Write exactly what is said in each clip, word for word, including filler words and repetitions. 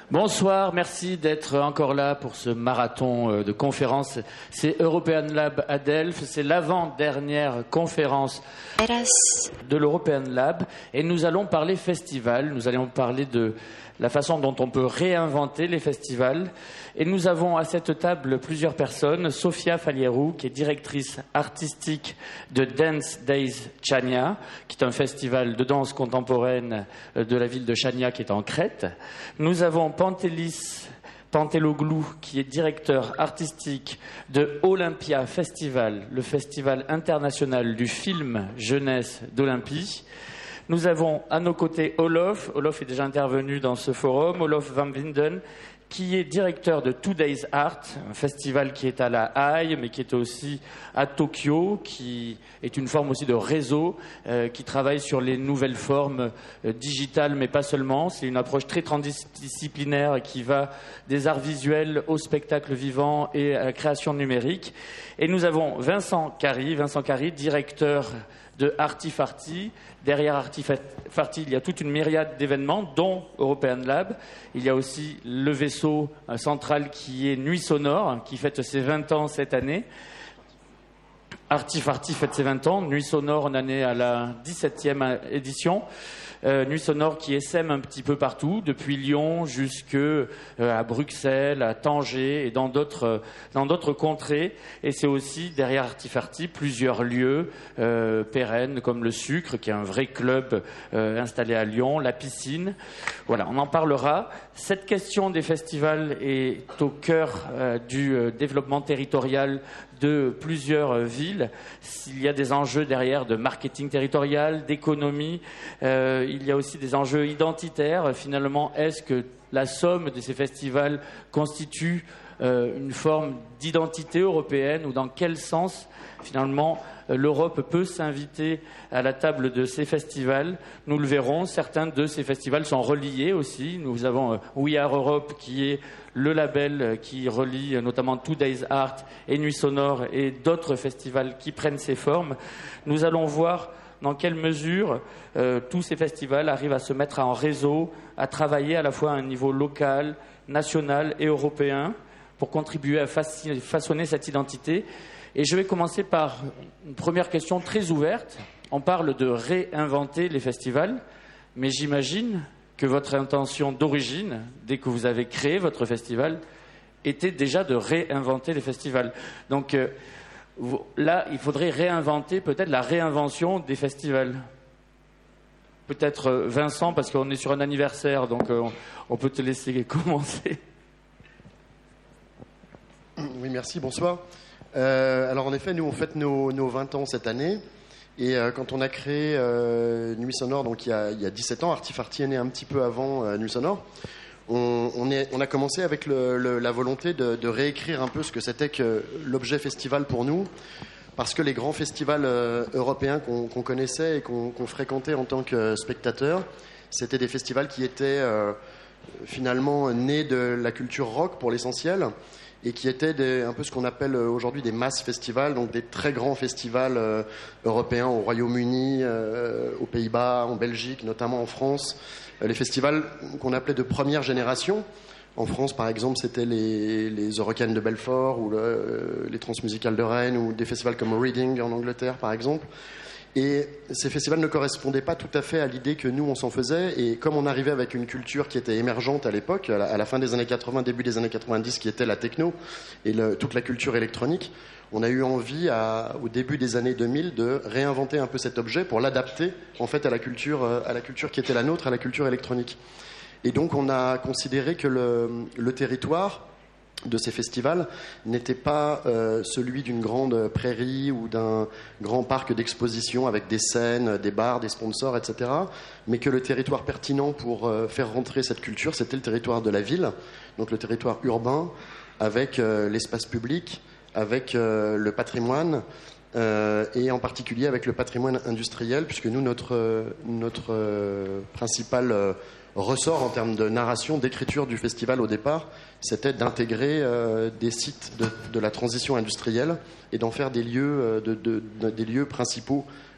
Bonsoir, merci d'être encore là pour ce marathon de conférences. C'est European Lab à Delft, c'est l'avant-dernière conférence de l'European Lab et nous allons parler festival, nous allons parler de la façon dont on peut réinventer les festivals. Et nous avons à cette table plusieurs personnes. Sofia Falierou, qui est directrice artistique de Dance Days Chania, qui est un festival de danse contemporaine de la ville de Chania, qui est en Crète. Nous avons Pantelis Panteloglou, qui est directeur artistique de Olympia Festival, le festival international du film jeunesse d'Olympie. Nous avons à nos côtés Olof. Olof est déjà intervenu dans ce forum. Olof van Winden, qui est directeur de Two Days Art, un festival qui est à La Haye, mais qui est aussi à Tokyo, qui est une forme aussi de réseau, euh, qui travaille sur les nouvelles formes euh, digitales, mais pas seulement. C'est une approche très transdisciplinaire qui va des arts visuels au spectacle vivant et à la création numérique. Et nous avons Vincent Carry, Vincent Carry, directeur de Artifarty. Derrière Artifarty, il y a toute une myriade d'événements, dont European Lab. Il y a aussi le vaisseau central qui est Nuit Sonore, qui fête ses vingt ans cette année. Artifarty fête ses vingt ans. Nuit Sonore, on en est à la dix-septième édition. Euh, Nuit Sonore qui essaime un petit peu partout, depuis Lyon jusque euh, à Bruxelles, à Tanger et dans d'autres euh, dans d'autres contrées. Et c'est aussi derrière Artifarty plusieurs lieux euh, pérennes comme le Sucre, qui est un vrai club euh, installé à Lyon, la piscine. Voilà, on en parlera. Cette question des festivals est au cœur euh, du euh, développement territorial de plusieurs euh, villes. Il y a des enjeux derrière de marketing territorial, d'économie. Euh, il y a aussi des enjeux identitaires. Finalement, est-ce que la somme de ces festivals constitue euh, une forme d'identité européenne, ou dans quel sens, finalement, l'Europe peut s'inviter à la table de ces festivals? Nous le verrons, certains de ces festivals sont reliés aussi. Nous avons euh, We Are Europe, qui est le label qui relie notamment Two Days Art et Nuit Sonore et d'autres festivals qui prennent ces formes. Nous allons voir dans quelle mesure euh, tous ces festivals arrivent à se mettre en réseau, à travailler à la fois à un niveau local, national et européen pour contribuer à façonner cette identité. Et je vais commencer par une première question très ouverte. On parle de réinventer les festivals, mais j'imagine que votre intention d'origine, dès que vous avez créé votre festival, était déjà de réinventer les festivals. Donc euh, là, il faudrait réinventer peut-être la réinvention des festivals. Peut-être euh, Vincent, parce qu'on est sur un anniversaire, donc euh, on peut te laisser commencer. Oui, merci, bonsoir. Euh, alors en effet, nous on fête nos, nos vingt ans cette année. Et euh, quand on a créé euh, Nuit Sonore, donc il y a, il y a dix-sept ans, Artifarty est né un petit peu avant euh, Nuit Sonore, on, on, est, on a commencé avec le, le, la volonté de, de réécrire un peu ce que c'était que l'objet festival pour nous, parce que les grands festivals euh, européens qu'on qu'on connaissait et qu'on qu'on fréquentait en tant que spectateurs, c'était des festivals qui étaient euh, finalement nés de la culture rock pour l'essentiel, et qui étaient des, un peu ce qu'on appelle aujourd'hui des mass festivals, donc des très grands festivals euh, européens au Royaume-Uni, euh, aux Pays-Bas, en Belgique, notamment en France. Euh, les festivals qu'on appelait de première génération. En France, par exemple, c'était les, les Eurocaines de Belfort ou le, euh, les Transmusicales de Rennes, ou des festivals comme Reading en Angleterre, par exemple. Et ces festivals ne correspondaient pas tout à fait à l'idée que nous, on s'en faisait. Et comme on arrivait avec une culture qui était émergente à l'époque, à, à la fin des années quatre-vingts, début des années quatre-vingt-dix, qui était la techno et le, toute la culture électronique, on a eu envie, à, au début des années deux mille, de réinventer un peu cet objet pour l'adapter en fait à la culture, à la culture qui était la nôtre, à la culture électronique. Et donc, on a considéré que le, le territoire de ces festivals n'était pas euh, celui d'une grande prairie ou d'un grand parc d'exposition avec des scènes, des bars, des sponsors, et cetera, mais que le territoire pertinent pour euh, faire rentrer cette culture, c'était le territoire de la ville, donc le territoire urbain, avec euh, l'espace public, avec euh, le patrimoine, euh, et en particulier avec le patrimoine industriel, puisque nous, notre, notre euh, principal euh, ressort en termes de narration, d'écriture du festival au départ, c'était d'intégrer euh, des sites de, de la transition industrielle et d'en faire des lieux, euh, de, de, de, des lieux principaux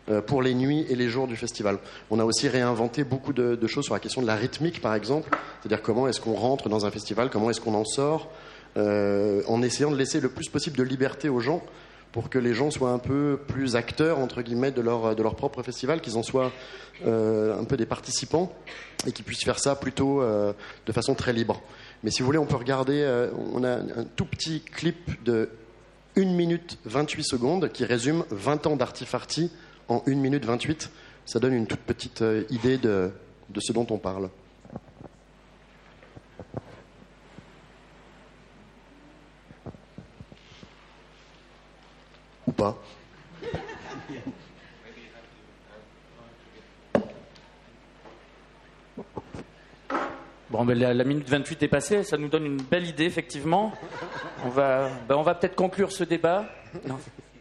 euh, pour les nuits et les jours du festival. On a aussi réinventé beaucoup de, de choses sur la question de la rythmique, par exemple, c'est-à-dire comment est-ce qu'on rentre dans un festival, comment est-ce qu'on en sort, euh, en essayant de laisser le plus possible de liberté aux gens pour que les gens soient un peu plus acteurs, entre guillemets, de leur, de leur propre festival, qu'ils en soient euh, un peu des participants et qu'ils puissent faire ça plutôt euh, de façon très libre. Mais si vous voulez, on peut regarder, euh, on a un tout petit clip de une minute vingt-huit secondes qui résume vingt ans d'Artifarty en une minute vingt-huit. Ça donne une toute petite euh, idée de, de ce dont on parle. Ou pas. Bon, ben la, la minute vingt-huit est passée, ça nous donne une belle idée, effectivement. On va, ben on va peut-être conclure ce débat. Non.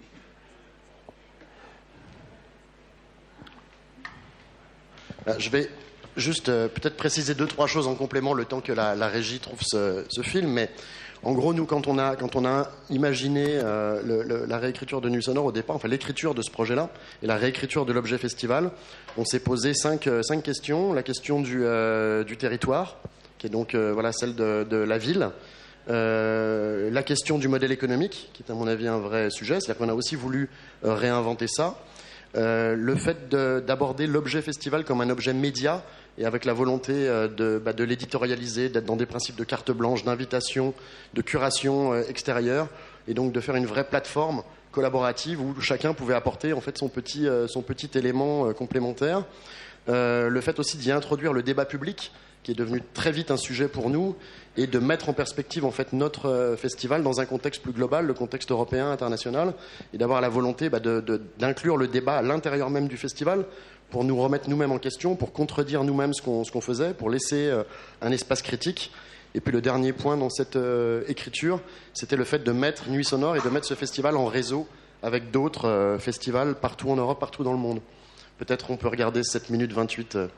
Je vais juste euh, peut-être préciser deux, trois choses en complément le temps que la, la régie trouve ce, ce film. Mais en gros, nous, quand on a, quand on a imaginé euh, le, le, la réécriture de Nuit Sonore au départ, enfin l'écriture de ce projet-là et la réécriture de l'objet festival, on s'est posé cinq, euh, cinq questions. La question du, euh, du territoire, qui est donc euh, voilà, celle de, de la ville. Euh, la question du modèle économique, qui est à mon avis un vrai sujet. C'est-à-dire qu'on a aussi voulu euh, réinventer ça. Euh, le fait de, d'aborder l'objet festival comme un objet média et avec la volonté euh, de, bah, de l'éditorialiser, d'être dans des principes de carte blanche, d'invitation, de curation euh, extérieure, et donc de faire une vraie plateforme collaborative où chacun pouvait apporter en fait son petit, euh, son petit élément euh, complémentaire. Euh, le fait aussi d'y introduire le débat public, qui est devenu très vite un sujet pour nous, et de mettre en perspective en fait notre euh, festival dans un contexte plus global, le contexte européen, international, et d'avoir la volonté bah, de, de, d'inclure le débat à l'intérieur même du festival pour nous remettre nous-mêmes en question, pour contredire nous-mêmes ce qu'on, ce qu'on faisait, pour laisser euh, un espace critique. Et puis le dernier point dans cette euh, écriture, c'était le fait de mettre Nuit Sonore et de mettre ce festival en réseau avec d'autres euh, festivals partout en Europe, partout dans le monde. Peut-être on peut regarder sept minutes vingt-huit. Euh.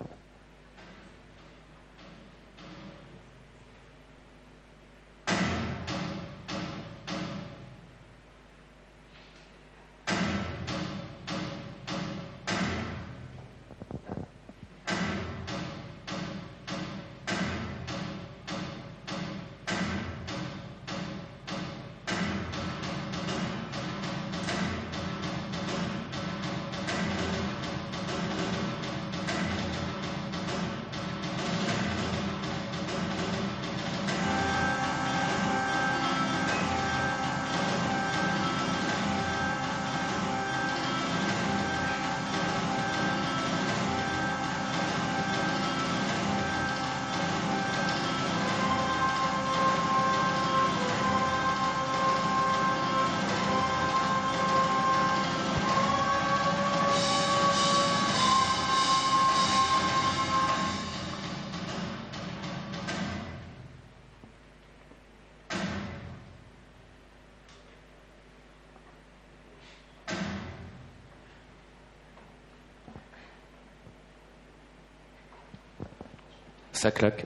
Ça claque.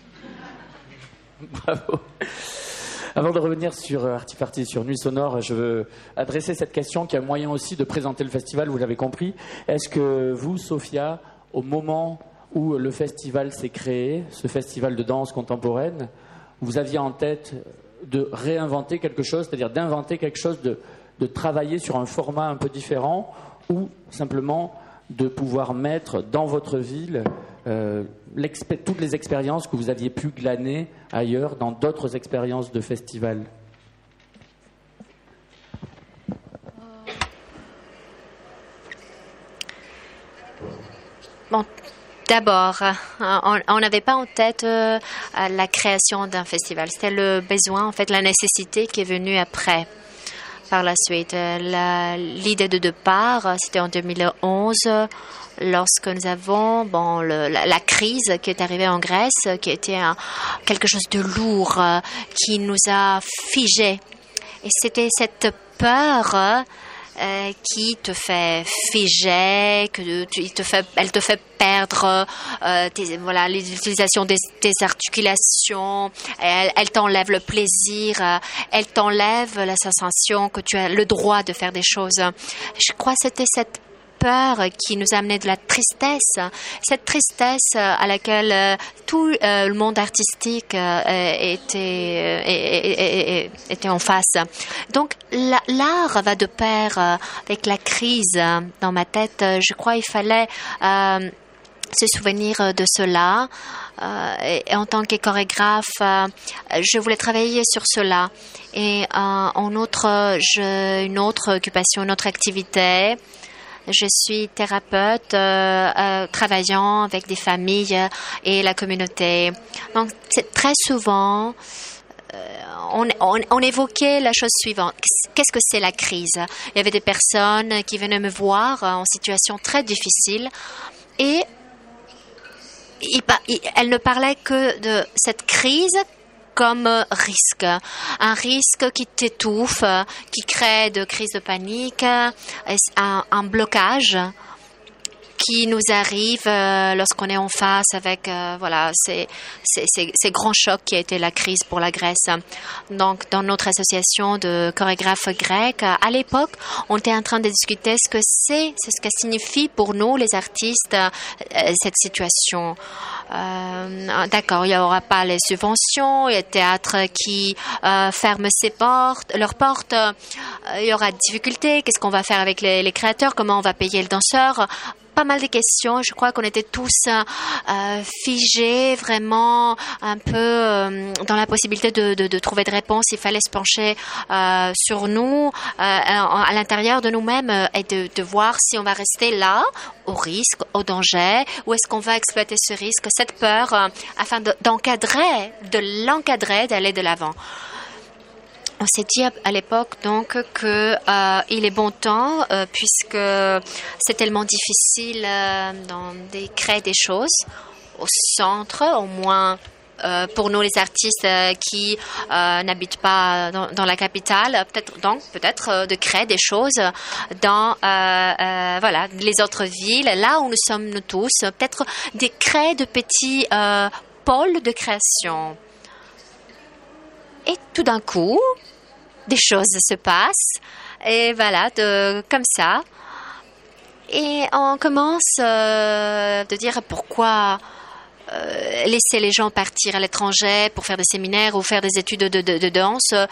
Bravo. Avant de revenir sur Artifarty, sur Nuit Sonore, je veux adresser cette question qui a moyen aussi de présenter le festival, vous l'avez compris. Est-ce que vous, Sophia, au moment où le festival s'est créé, ce festival de danse contemporaine, vous aviez en tête de réinventer quelque chose, c'est-à-dire d'inventer quelque chose, de, de travailler sur un format un peu différent, ou simplement de pouvoir mettre dans votre ville euh, toutes les expériences que vous aviez pu glaner ailleurs, dans d'autres expériences de festival? Bon, d'abord, on n'avait pas en tête euh, la création d'un festival. C'était le besoin, en fait, la nécessité qui est venue après. Par la suite, la, l'idée de départ, c'était en deux mille onze, lorsque nous avons bon, le, la, la crise qui est arrivée en Grèce, qui était un, quelque chose de lourd, qui nous a figés. Et c'était cette peur euh, qui te fait figer, que tu, te fait, elle te fait perdre euh, tes, voilà, l'utilisation des, des articulations, elle, elle t'enlève le plaisir, euh, elle t'enlève la sensation que tu as le droit de faire des choses. Je crois que c'était cette peur qui nous amenait de la tristesse, cette tristesse à laquelle euh, tout euh, le monde artistique euh, était, euh, était en face. Donc l'art va de pair euh, avec la crise. Dans ma tête, je crois qu'il fallait euh, se souvenir de cela. Euh, et, et en tant que chorégraphe, euh, je voulais travailler sur cela. Et euh, en autre, je, une autre occupation, une autre activité. Je suis thérapeute euh, euh, travaillant avec des familles et la communauté. Donc, c'est très souvent, euh, on, on, on évoquait la chose suivante. Qu'est-ce que c'est la crise? Il y avait des personnes qui venaient me voir en situation très difficile et il, il, elles ne parlaient que de cette crise comme risque, un risque qui t'étouffe, qui crée de crises de panique, un, un blocage qui nous arrive euh, lorsqu'on est en face avec euh, voilà ces, ces, ces, ces grands chocs qui a été la crise pour la Grèce. Donc, dans notre association de chorégraphes grecs, à l'époque, on était en train de discuter ce que c'est, c'est ce que signifie pour nous, les artistes, euh, cette situation. Euh, d'accord, il n'y aura pas les subventions, il y a des théâtres qui euh, ferment ses portes, leurs portes, euh, il y aura des difficultés, qu'est-ce qu'on va faire avec les, les créateurs, comment on va payer le danseur? Pas mal de questions. Je crois qu'on était tous euh, figés, vraiment un peu euh, dans la possibilité de, de, de trouver des réponses. Il fallait se pencher euh, sur nous, euh, à l'intérieur de nous-mêmes euh, et de, de voir si on va rester là, au risque, au danger, ou est-ce qu'on va exploiter ce risque, cette peur, euh, afin de, d'encadrer, de l'encadrer, d'aller de l'avant. On s'est dit à l'époque donc que euh, il est bon temps euh, puisque c'est tellement difficile euh, dans des créer des choses au centre, au moins euh, pour nous les artistes euh, qui euh, n'habitent pas dans, dans la capitale, peut-être donc peut-être euh, de créer des choses dans euh, euh, voilà les autres villes, là où nous sommes nous tous, peut-être des créer de petits euh, pôles de création. Et tout d'un coup, des choses se passent, et voilà, de, comme ça. Et on commence euh, de dire pourquoi euh, laisser les gens partir à l'étranger pour faire des séminaires ou faire des études de, de, de danse. Euh,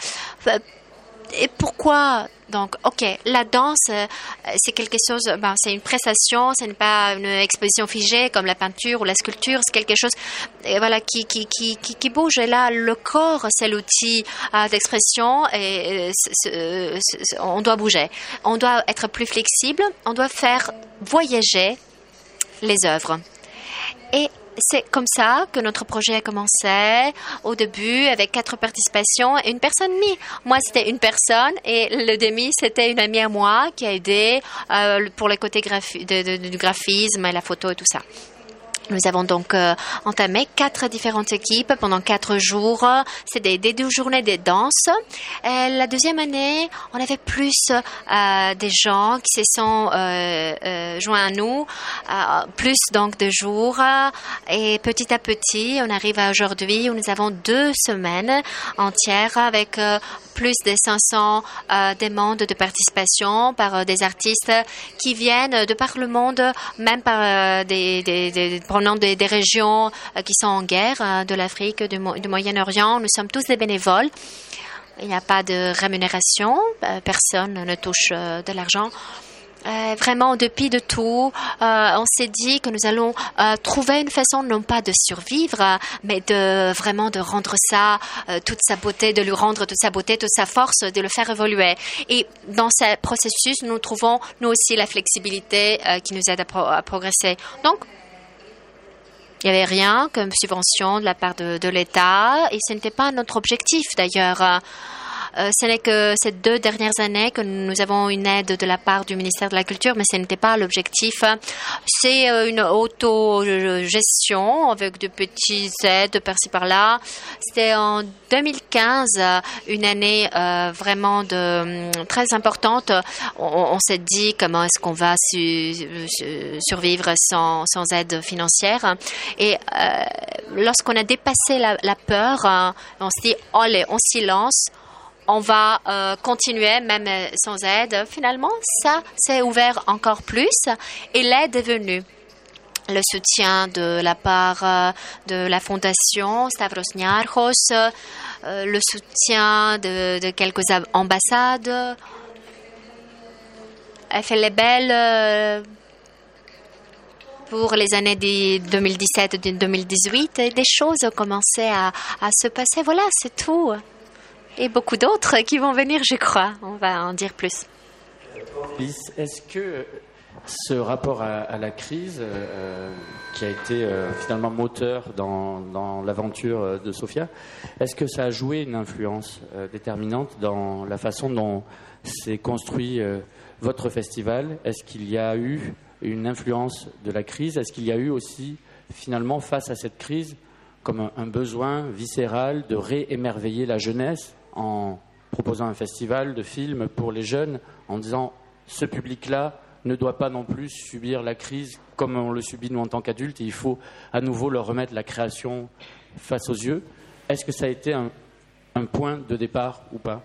et pourquoi donc, ok, la danse, euh, c'est quelque chose, ben, c'est une prestation, ce n'est pas une exposition figée comme la peinture ou la sculpture, c'est quelque chose, et voilà, qui, qui, qui, qui, qui bouge. Et là, le corps, c'est l'outil euh, d'expression et c'est, c'est, c'est, on doit bouger. On doit être plus flexible, on doit faire voyager les œuvres. Et c'est comme ça que notre projet a commencé au début avec quatre participations et une personne demie. Moi, c'était une personne et le demi, c'était une amie à moi qui a aidé euh, pour le côté graphi- de, de, du graphisme et la photo et tout ça. Nous avons donc euh, entamé quatre différentes équipes pendant quatre jours. C'est des, des deux journées de danse. Et la deuxième année, on avait plus euh, des gens qui se sont euh, euh, joints à nous, euh, plus donc de jours. Et petit à petit, on arrive à aujourd'hui où nous avons deux semaines entières avec euh, plus de cinq cents euh, demandes de participation par euh, des artistes qui viennent de par le monde, même par euh, des, des, des provenant des, des régions euh, qui sont en guerre, euh, de l'Afrique, du, Mo- du Moyen-Orient. Nous sommes tous des bénévoles. Il n'y a pas de rémunération. Euh, personne ne touche euh, de l'argent. Euh, vraiment, en dépit de tout, euh, on s'est dit que nous allons euh, trouver une façon non pas de survivre, mais de vraiment de rendre ça euh, toute sa beauté, de lui rendre toute sa beauté, toute sa force, de le faire évoluer. Et dans ce processus, nous trouvons nous aussi la flexibilité euh, qui nous aide à, pro- à progresser. Donc, il n'y avait rien comme subvention de la part de, de l'État et ce n'était pas notre objectif d'ailleurs. Euh, ce n'est que ces deux dernières années que nous avons une aide de la part du ministère de la Culture, mais ce n'était pas l'objectif. C'est euh, une auto-gestion avec de petites aides par-ci par-là. C'était en deux mille quinze, une année euh, vraiment de, très importante. On, on s'est dit comment est-ce qu'on va su, su, survivre sans, sans aide financière. Et euh, lorsqu'on a dépassé la, la peur, on s'est dit, allez, on s'y lance. on va euh, continuer même sans aide. Finalement, ça s'est ouvert encore plus et l'aide est venue. Le soutien de la part euh, de la fondation Stavros Niarchos, euh, le soutien de, de quelques ambassades, F L Label euh, pour les années deux mille dix-sept et deux mille dix-huit. Et des choses ont commencé à, à se passer. Voilà, c'est tout. Et beaucoup d'autres qui vont venir, je crois. On va en dire plus. Est-ce que ce rapport à, à la crise, euh, qui a été euh, finalement moteur dans, dans l'aventure de Sophia, est-ce que ça a joué une influence euh, déterminante dans la façon dont s'est construit euh, votre festival? Est-ce qu'il y a eu une influence de la crise? Est-ce qu'il y a eu aussi, finalement, face à cette crise, comme un, un besoin viscéral de réémerveiller la jeunesse en proposant un festival de films pour les jeunes, en disant ce public-là ne doit pas non plus subir la crise comme on le subit nous en tant qu'adultes, et il faut à nouveau leur remettre la création face aux yeux. Est-ce que ça a été un, un point de départ ou pas?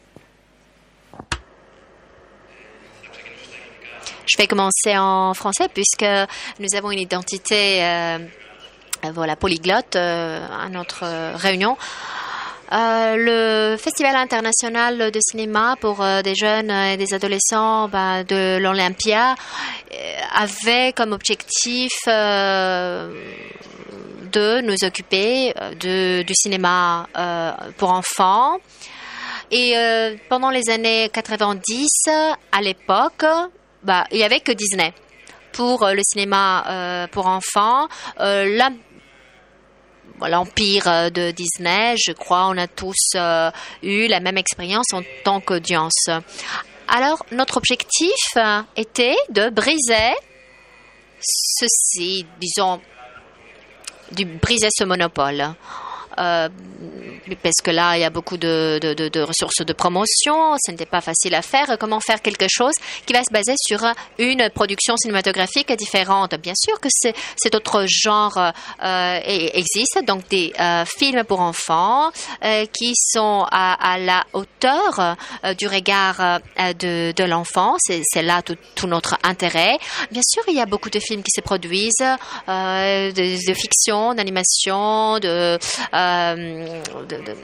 Je vais commencer en français puisque nous avons une identité euh, voilà, polyglotte euh, à notre euh, réunion. Euh, le Festival international de cinéma pour euh, des jeunes et des adolescents bah, de l'Olympia euh, avait comme objectif euh, de nous occuper de, du cinéma euh, pour enfants. Et euh, pendant les années quatre-vingt-dix, à l'époque, bah, il n'y avait que Disney pour euh, le cinéma euh, pour enfants. Euh, la L'empire de Disney, je crois, on a tous euh, eu la même expérience en tant qu'audience. Alors, notre objectif euh, était de briser ceci, disons, de briser ce monopole. Euh, parce que là, il y a beaucoup de, de, de, de ressources de promotion, ce n'était pas facile à faire. Comment faire quelque chose qui va se baser sur une production cinématographique différente? Bien sûr que c'est, cet autre genre euh, existe, donc des euh, films pour enfants euh, qui sont à, à la hauteur euh, du regard euh, de, de l'enfant. C'est, c'est là tout, tout notre intérêt. Bien sûr, il y a beaucoup de films qui se produisent, euh, de, de fiction, d'animation, de... Euh, de, de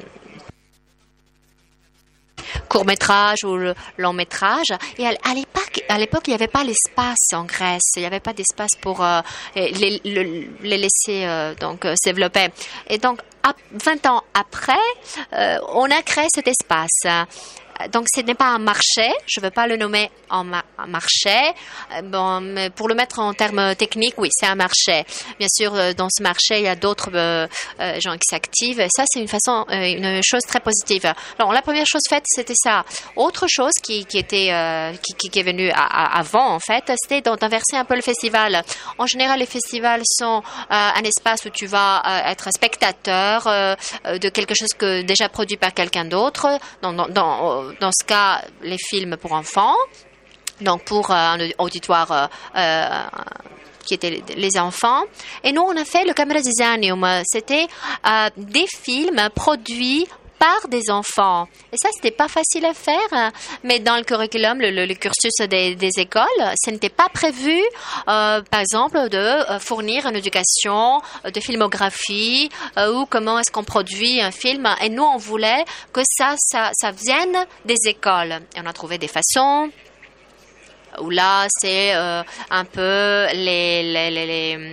court-métrage ou le long-métrage. Et à, à l'époque, à l'époque, il n'y avait pas l'espace en Grèce. Il n'y avait pas d'espace pour euh, les, les, les laisser euh, donc euh, se développer. Et donc, à, vingt ans après, euh, on a créé cet espace. Donc, ce n'est pas un marché. Je ne veux pas le nommer en ma- un marché. Bon, mais pour le mettre en termes techniques, oui, c'est un marché. Bien sûr, dans ce marché, il y a d'autres euh, gens qui s'activent. Ça, c'est une façon, euh, une chose très positive. Alors, la première chose faite, c'était ça. Autre chose qui, qui était, euh, qui, qui, qui est venue à, à, avant, en fait, c'était d'inverser un peu le festival. En général, les festivals sont euh, un espace où tu vas euh, être spectateur euh, de quelque chose que déjà produit par quelqu'un d'autre. Dans, dans, dans Dans ce cas, les films pour enfants, donc pour euh, un auditoire euh, euh, qui était les enfants. Et nous, on a fait le Camera Designium. C'était euh, des films produits par des enfants. Et ça, c'était pas facile à faire, mais dans le curriculum, le, le, le cursus des, des écoles, ce n'était pas prévu, euh, par exemple, de euh, fournir une éducation euh, de filmographie euh, ou comment est-ce qu'on produit un film. Et nous, on voulait que ça, ça, ça vienne des écoles. Et on a trouvé des façons où là, c'est euh, un peu les... les, les, les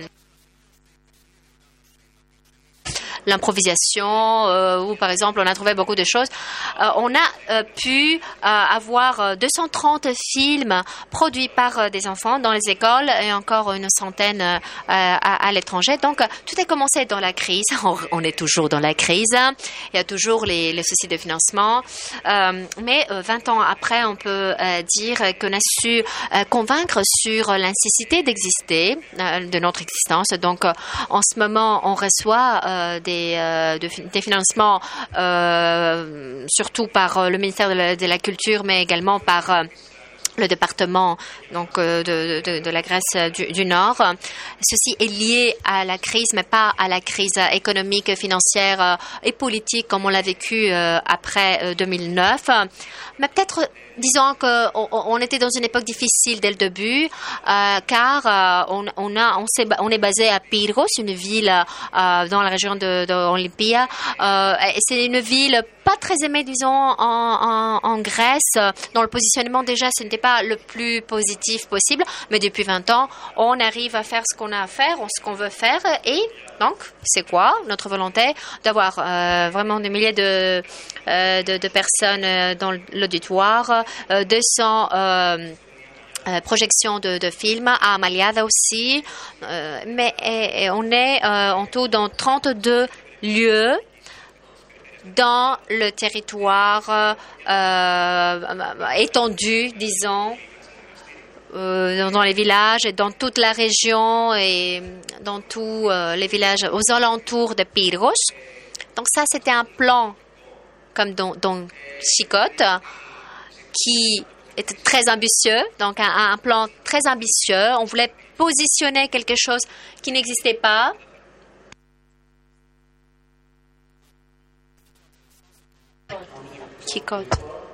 l'improvisation, euh, où par exemple on a trouvé beaucoup de choses. Euh, on a euh, pu euh, avoir deux cent trente films produits par euh, des enfants dans les écoles et encore une centaine euh, à, à l'étranger. Donc tout a commencé dans la crise. On, on est toujours dans la crise. Il y a toujours les, les soucis de financement. Euh, mais euh, vingt ans après, on peut euh, dire qu'on a su euh, convaincre sur la nécessité d'exister, euh, de notre existence. Donc euh, en ce moment, on reçoit euh, des Euh, de, des financements euh, surtout par euh, le ministère de la, de la Culture, mais également par euh, le département donc euh, de, de, de la Grèce du, du Nord. Ceci est lié à la crise, mais pas à la crise économique, financière euh, et politique comme on l'a vécu euh, après euh, deux mille neuf. Mais peut-être, disons qu'on on était dans une époque difficile dès le début, euh, car euh, on, on, a, on, on est basé à Pyrgos, une ville euh, dans la région de, de Olympia. Euh, et c'est une ville pas très aimée, disons, en, en, en Grèce. Dans le positionnement, déjà, ce n'était pas le plus positif possible. Mais depuis vingt ans, on arrive à faire ce qu'on a à faire, ce qu'on veut faire. Et donc, c'est quoi notre volonté? D'avoir euh, vraiment des milliers de, euh, de, de personnes dans l'auditoire, euh, deux cents euh, euh, projections de, de films, à Amaliada aussi. Euh, mais et, et on est euh, en tout dans trente-deux lieux dans le territoire euh, étendu, disons, euh, dans les villages et dans toute la région et dans tous euh, les villages aux alentours de Pyrgos. Donc ça, c'était un plan comme dans, dans Chicote qui était très ambitieux, donc un, un plan très ambitieux. On voulait positionner quelque chose qui n'existait pas. Chicote.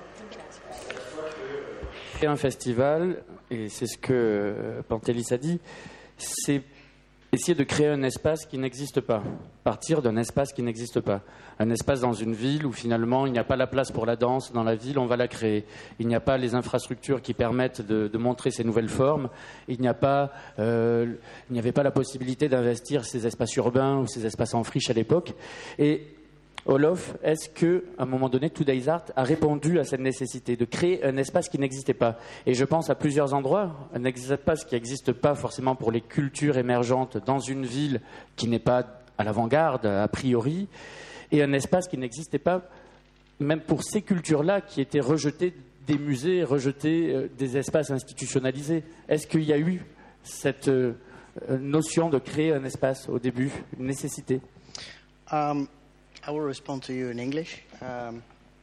Un festival, et c'est ce que Pantelis a dit, c'est essayer de créer un espace qui n'existe pas, partir d'un espace qui n'existe pas. Un espace dans une ville où finalement il n'y a pas la place pour la danse dans la ville, on va la créer. Il n'y a pas les infrastructures qui permettent de, de montrer ces nouvelles formes. Il n'y a pas, euh, il n'y avait pas la possibilité d'investir ces espaces urbains ou ces espaces en friche à l'époque. Et Olof, est-ce qu'à un moment donné, Today's Art a répondu à cette nécessité de créer un espace qui n'existait pas? Et je pense à plusieurs endroits, un espace qui n'existe pas forcément pour les cultures émergentes dans une ville qui n'est pas à l'avant-garde, a priori, et un espace qui n'existait pas même pour ces cultures-là qui étaient rejetées des musées, rejetées des espaces institutionnalisés. Est-ce qu'il y a eu cette euh, notion de créer un espace au début, une nécessité? um... I will respond to you in English. Um,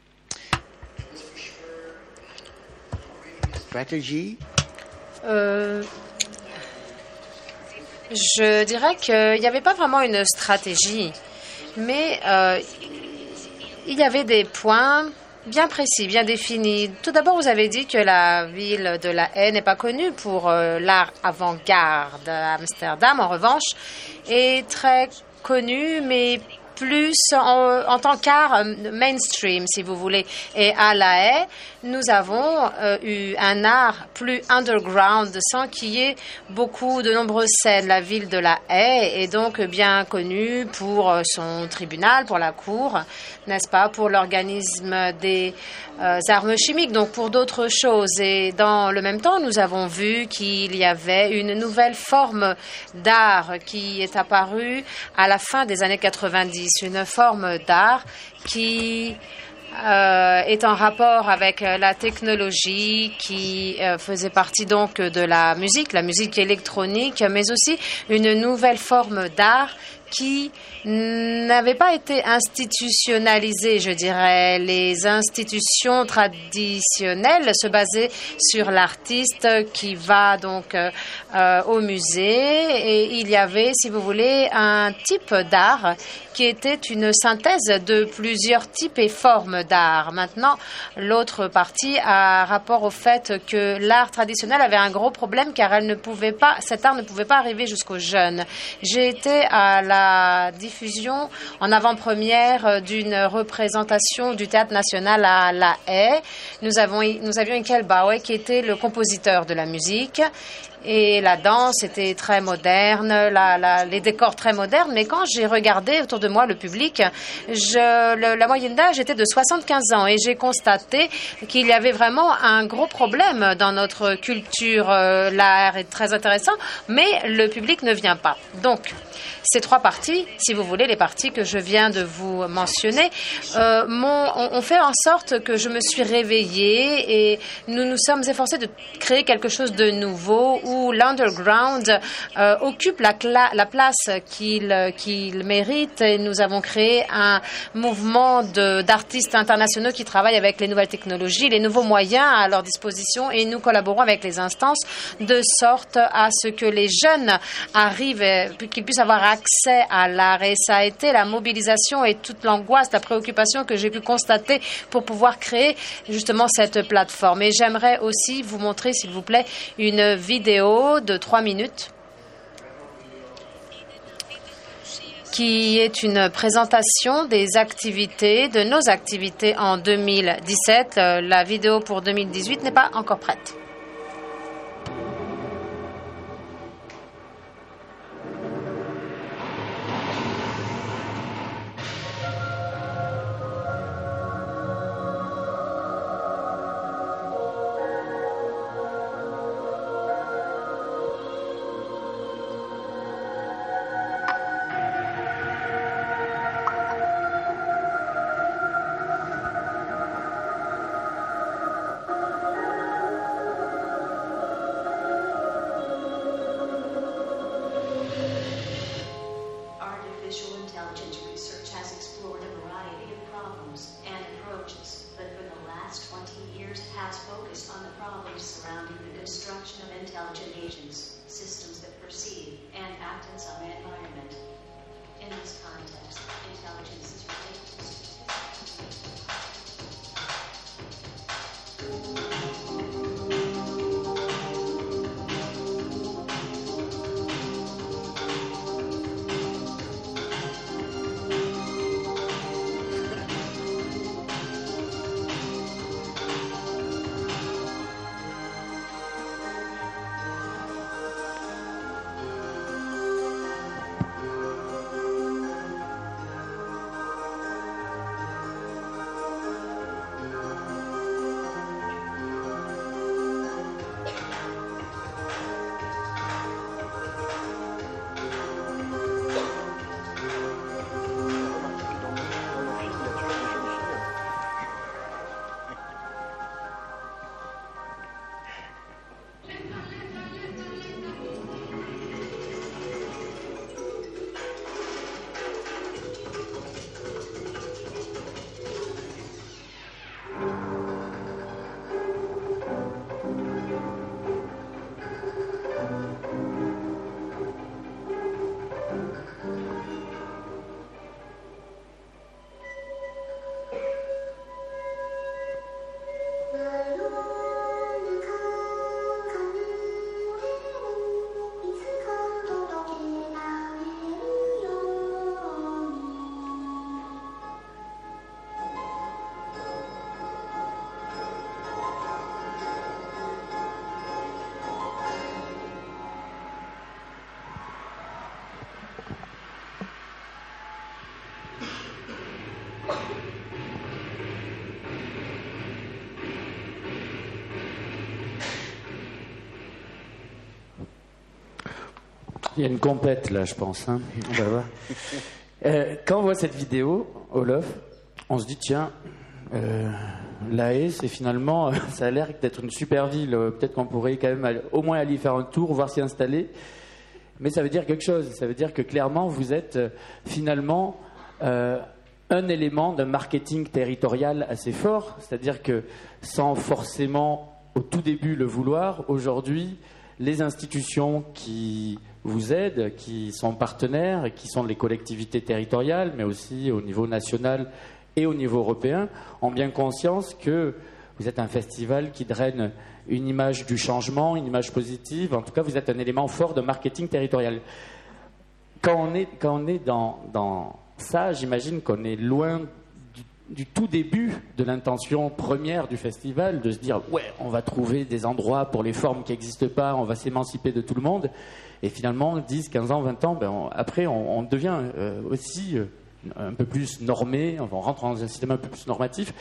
strategy. Euh, je dirais qu'il n'y avait pas vraiment une stratégie, mais euh, il y avait des points bien précis, bien définis. Tout d'abord, vous avez dit que la ville de La Haye n'est pas connue pour euh, l'art avant-garde. Amsterdam, en revanche, est très connue, mais plus en, en tant qu'art mainstream, si vous voulez. Et à La Haye, nous avons euh, eu un art plus underground, sans qu'il y ait beaucoup de nombreuses scènes. La ville de La Haye est donc bien connue pour son tribunal, pour la cour, n'est-ce pas, pour l'organisme des euh, armes chimiques, donc pour d'autres choses. Et dans le même temps, nous avons vu qu'il y avait une nouvelle forme d'art qui est apparue à la fin des années quatre-vingt-dix. Une forme d'art qui euh, est en rapport avec la technologie, qui euh, faisait partie donc de la musique, la musique électronique, mais aussi une nouvelle forme d'art qui n'avait pas été institutionnalisée, je dirais. Les institutions traditionnelles se basaient sur l'artiste qui va donc euh, au musée, et il y avait, si vous voulez, un type d'art qui était une synthèse de plusieurs types et formes d'art. Maintenant, l'autre partie a rapport au fait que l'art traditionnel avait un gros problème car elle ne pouvait pas, cet art ne pouvait pas arriver jusqu'aux jeunes. J'ai été à la diffusion en avant-première d'une représentation du Théâtre National à La Haye. Nous avons, nous avions Michael Bauer qui était le compositeur de la musique. Et la danse était très moderne, la, la, les décors très modernes. Mais quand j'ai regardé autour de moi le public, je, le, la moyenne d'âge était de soixante-quinze ans. Et j'ai constaté qu'il y avait vraiment un gros problème dans notre culture. Euh, l'art est très intéressant, mais le public ne vient pas. Donc, ces trois parties, si vous voulez, les parties que je viens de vous mentionner, euh, ont, ont fait en sorte que je me suis réveillée et nous nous sommes efforcés de créer quelque chose de nouveau où l'underground euh, occupe la, la place qu'il qu'il mérite. Et nous avons créé un mouvement d'artistes internationaux qui travaillent avec les nouvelles technologies, les nouveaux moyens à leur disposition, et nous collaborons avec les instances de sorte à ce que les jeunes arrivent, qu'ils puissent avoir accès à l'art. Et ça a été la mobilisation et toute l'angoisse, la préoccupation que j'ai pu constater pour pouvoir créer justement cette plateforme. Et j'aimerais aussi vous montrer, s'il vous plaît, une vidéo de trois minutes qui est une présentation des activités, de nos activités en deux mille dix-sept. La vidéo pour deux mille dix-huit n'est pas encore prête. Il y a une compète là, je pense. Hein. On va voir. Euh, quand on voit cette vidéo, Olof, on se dit tiens, euh, La Haye, c'est finalement, ça a l'air d'être une super ville. Peut-être qu'on pourrait quand même aller, au moins aller y faire un tour, voir s'y installer. Mais ça veut dire quelque chose. Ça veut dire que clairement, vous êtes euh, finalement euh, un élément d'un marketing territorial assez fort. C'est-à-dire que sans forcément, au tout début, le vouloir, aujourd'hui, les institutions qui vous aident, qui sont partenaires, et qui sont les collectivités territoriales, mais aussi au niveau national et au niveau européen, ont bien conscience que vous êtes un festival qui draine une image du changement, une image positive. En tout cas, vous êtes un élément fort de marketing territorial. Quand on est, quand on est dans, dans ça, j'imagine qu'on est loin du, du tout début de l'intention première du festival, de se dire « ouais, on va trouver des endroits pour les formes qui n'existent pas, on va s'émanciper de tout le monde ». Et finalement, dix, quinze ans, vingt ans, ben on, après, on, on devient euh, aussi euh, un peu plus normé, on rentre dans un système un peu plus normatif.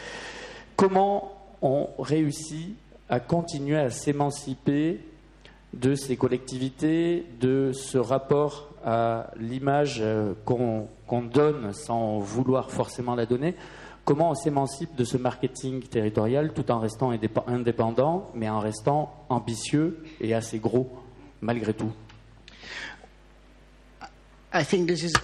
Comment on réussit à continuer à s'émanciper de ces collectivités, de ce rapport à l'image qu'on qu'on donne sans vouloir forcément la donner? Comment on s'émancipe de ce marketing territorial tout en restant indépendant, mais en restant ambitieux et assez gros? malgré tout? I think this is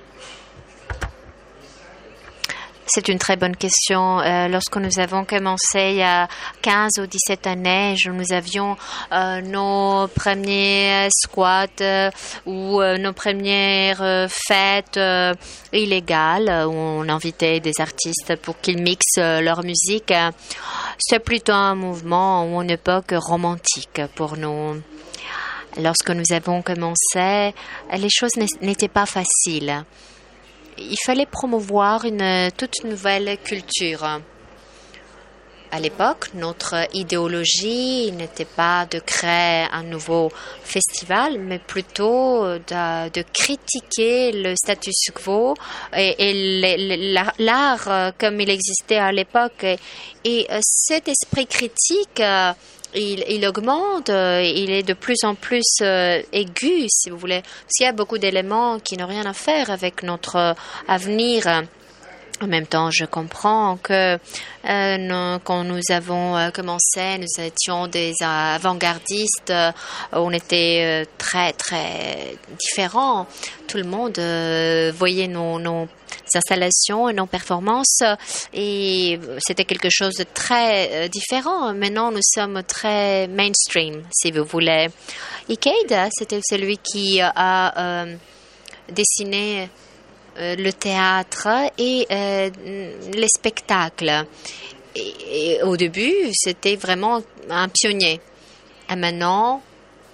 C'est une très bonne question. Euh, lorsque nous avons commencé il y a quinze ou dix-sept années, je, nous avions euh, nos premiers squats euh, ou euh, nos premières euh, fêtes euh, illégales euh, où on invitait des artistes pour qu'ils mixent euh, leur musique. C'est plutôt un mouvement ou une époque romantique pour nous. Lorsque nous avons commencé, les choses n'étaient pas faciles. Il fallait promouvoir une toute nouvelle culture. À l'époque, notre idéologie n'était pas de créer un nouveau festival, mais plutôt de, de critiquer le status quo et, et l'art comme il existait à l'époque. Et, et cet esprit critique, Il, il augmente, euh, il est de plus en plus euh, aigu, si vous voulez, parce qu'il y a beaucoup d'éléments qui n'ont rien à faire avec notre euh, avenir. En même temps, je comprends que euh, nous, quand nous avons euh, commencé, nous étions des euh, avant-gardistes, euh, on était euh, très, très différents. Tout le monde euh, voyait nos, nos installations et nos performances et c'était quelque chose de très euh, différent. Maintenant, nous sommes très mainstream, si vous voulez. Ikeda, c'était celui qui a euh, dessiné Euh, le théâtre et euh, les spectacles. Et, et au début, c'était vraiment un pionnier. Et maintenant,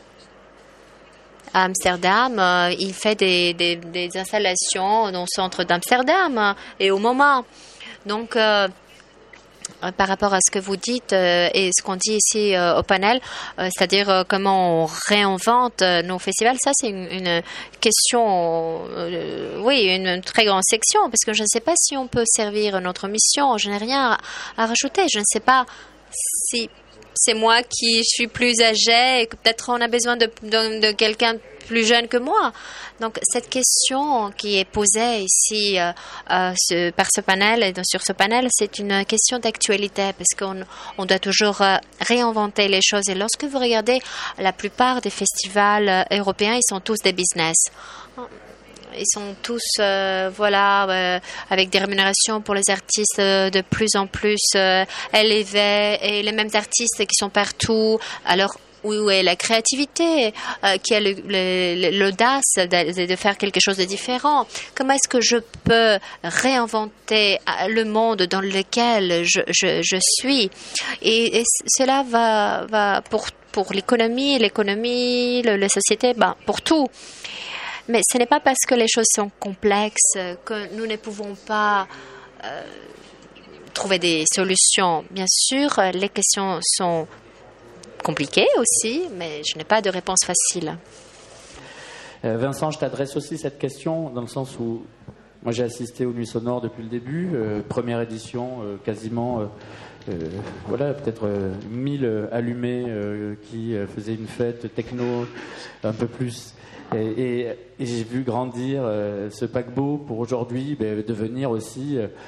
à Amsterdam, euh, il fait des, des, des installations dans le centre d'Amsterdam et au moment. Donc, euh, par rapport à ce que vous dites euh, et ce qu'on dit ici euh, au panel, euh, c'est-à-dire euh, comment on réinvente euh, nos festivals, ça c'est une, une question, euh, oui, une, une très grande section, parce que je ne sais pas si on peut servir notre mission, je n'ai rien à, à rajouter, je ne sais pas si c'est moi qui suis plus âgée et que peut-être on a besoin de, de, de quelqu'un plus jeune que moi. Donc, cette question qui est posée ici euh, euh, ce, par ce panel et sur ce panel, c'est une question d'actualité parce qu'on on doit toujours euh, réinventer les choses. Et lorsque vous regardez la plupart des festivals euh, européens, ils sont tous des business. Ils sont tous, euh, voilà, euh, avec des rémunérations pour les artistes euh, de plus en plus euh, élevées et les mêmes artistes qui sont partout. Alors, où est la créativité, euh, qui a le, le, l'audace de, de faire quelque chose de différent? Comment est-ce que je peux réinventer le monde dans lequel je, je, je suis? Et, et cela va, va pour, pour l'économie, l'économie, le, la société, ben, pour tout. Mais ce n'est pas parce que les choses sont complexes que nous ne pouvons pas euh, trouver des solutions. Bien sûr, les questions sont compliquées aussi, mais je n'ai pas de réponse facile. Euh, Vincent, je t'adresse aussi cette question dans le sens où moi j'ai assisté aux Nuits Sonores depuis le début, euh, première édition, euh, quasiment, euh, euh, voilà, peut-être euh, mille allumés euh, qui euh, faisaient une fête techno un peu plus. Et, et, et j'ai vu grandir euh, ce paquebot pour aujourd'hui ben, devenir aussi euh,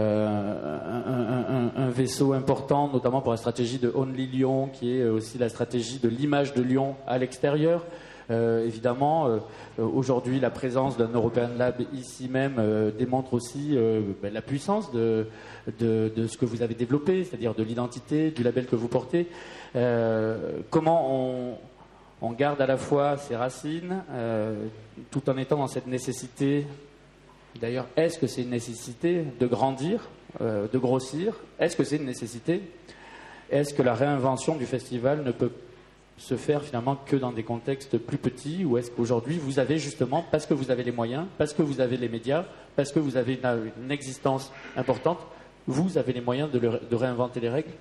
un, un, un, un vaisseau important, notamment pour la stratégie de Only Lyon, qui est aussi la stratégie de l'image de Lyon à l'extérieur. Euh, évidemment, euh, aujourd'hui, la présence d'un European Lab ici même euh, démontre aussi euh, ben, la puissance de, de, de ce que vous avez développé, c'est-à-dire de l'identité, du label que vous portez. Euh, comment on... On garde à la fois ses racines, euh, tout en étant dans cette nécessité. D'ailleurs, est-ce que c'est une nécessité de grandir, euh, de grossir? Est-ce que c'est une nécessité? Est-ce que la réinvention du festival ne peut se faire finalement que dans des contextes plus petits? Ou est-ce qu'aujourd'hui, vous avez justement, parce que vous avez les moyens, parce que vous avez les médias, parce que vous avez une, une existence importante, vous avez les moyens de, le, de réinventer les règles?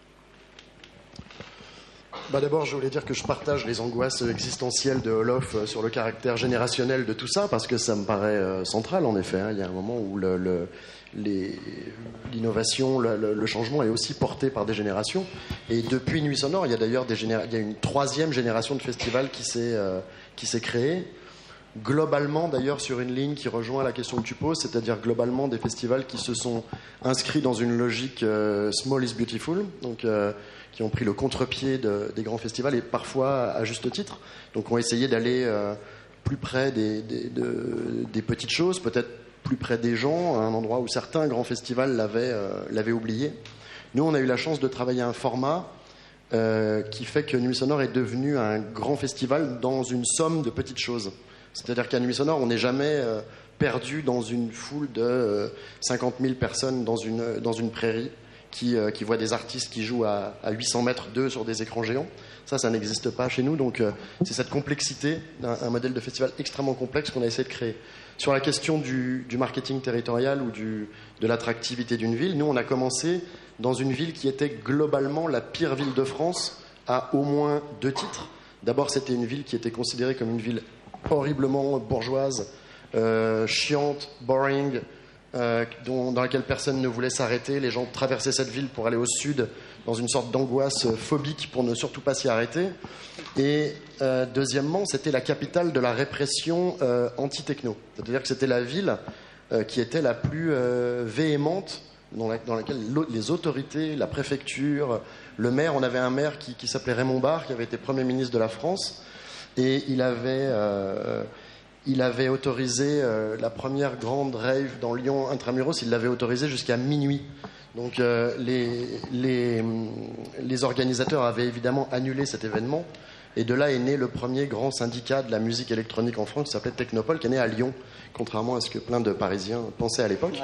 Bah d'abord, je voulais dire que je partage les angoisses existentielles de Olof sur le caractère générationnel de tout ça, parce que ça me paraît euh, central, en effet. Hein. Il y a un moment où le, le, les, l'innovation, le, le, le changement est aussi porté par des générations. Et depuis Nuits Sonores, il y a d'ailleurs des généra- il y a une troisième génération de festivals qui s'est, euh, qui s'est créée. globalement d'ailleurs sur une ligne qui rejoint la question que tu poses, c'est-à-dire globalement des festivals qui se sont inscrits dans une logique euh, small is beautiful, donc euh, qui ont pris le contre-pied de, des grands festivals et parfois à juste titre, donc ont essayé d'aller euh, plus près des, des, de, des petites choses, peut-être plus près des gens, à un endroit où certains grands festivals l'avaient, euh, l'avaient oublié. Nous, on a eu la chance de travailler un format euh, qui fait que Nuit Sonore est devenu un grand festival dans une somme de petites choses. C'est-à-dire qu'à Nuit Sonore, on n'est jamais euh, perdu dans une foule de euh, cinquante mille personnes dans une, dans une prairie qui, euh, qui voient des artistes qui jouent à, à huit cents mètres d'eux sur des écrans géants. Ça, ça n'existe pas chez nous. Donc, euh, c'est cette complexité d'un un modèle de festival extrêmement complexe qu'on a essayé de créer. Sur la question du, du marketing territorial ou du, de l'attractivité d'une ville, nous, on a commencé dans une ville qui était globalement la pire ville de France à au moins deux titres. D'abord, c'était une ville qui était considérée comme une ville horriblement bourgeoise, euh, chiante, boring, euh, dont, dans laquelle personne ne voulait s'arrêter. Les gens traversaient cette ville pour aller au sud dans une sorte d'angoisse phobique pour ne surtout pas s'y arrêter. Et euh, deuxièmement, c'était la capitale de la répression euh, anti-techno. C'est-à-dire que c'était la ville euh, qui était la plus euh, véhémente, dans, la, dans laquelle les autorités, la préfecture, le maire, on avait un maire qui, qui s'appelait Raymond Barre, qui avait été Premier ministre de la France, et il avait, euh, il avait autorisé euh, la première grande rave dans Lyon intramuros, il l'avait autorisé jusqu'à minuit. Donc euh, les, les, les organisateurs avaient évidemment annulé cet événement, et de là est né le premier grand syndicat de la musique électronique en France qui s'appelait Technopole, qui est né à Lyon, contrairement à ce que plein de Parisiens pensaient à l'époque.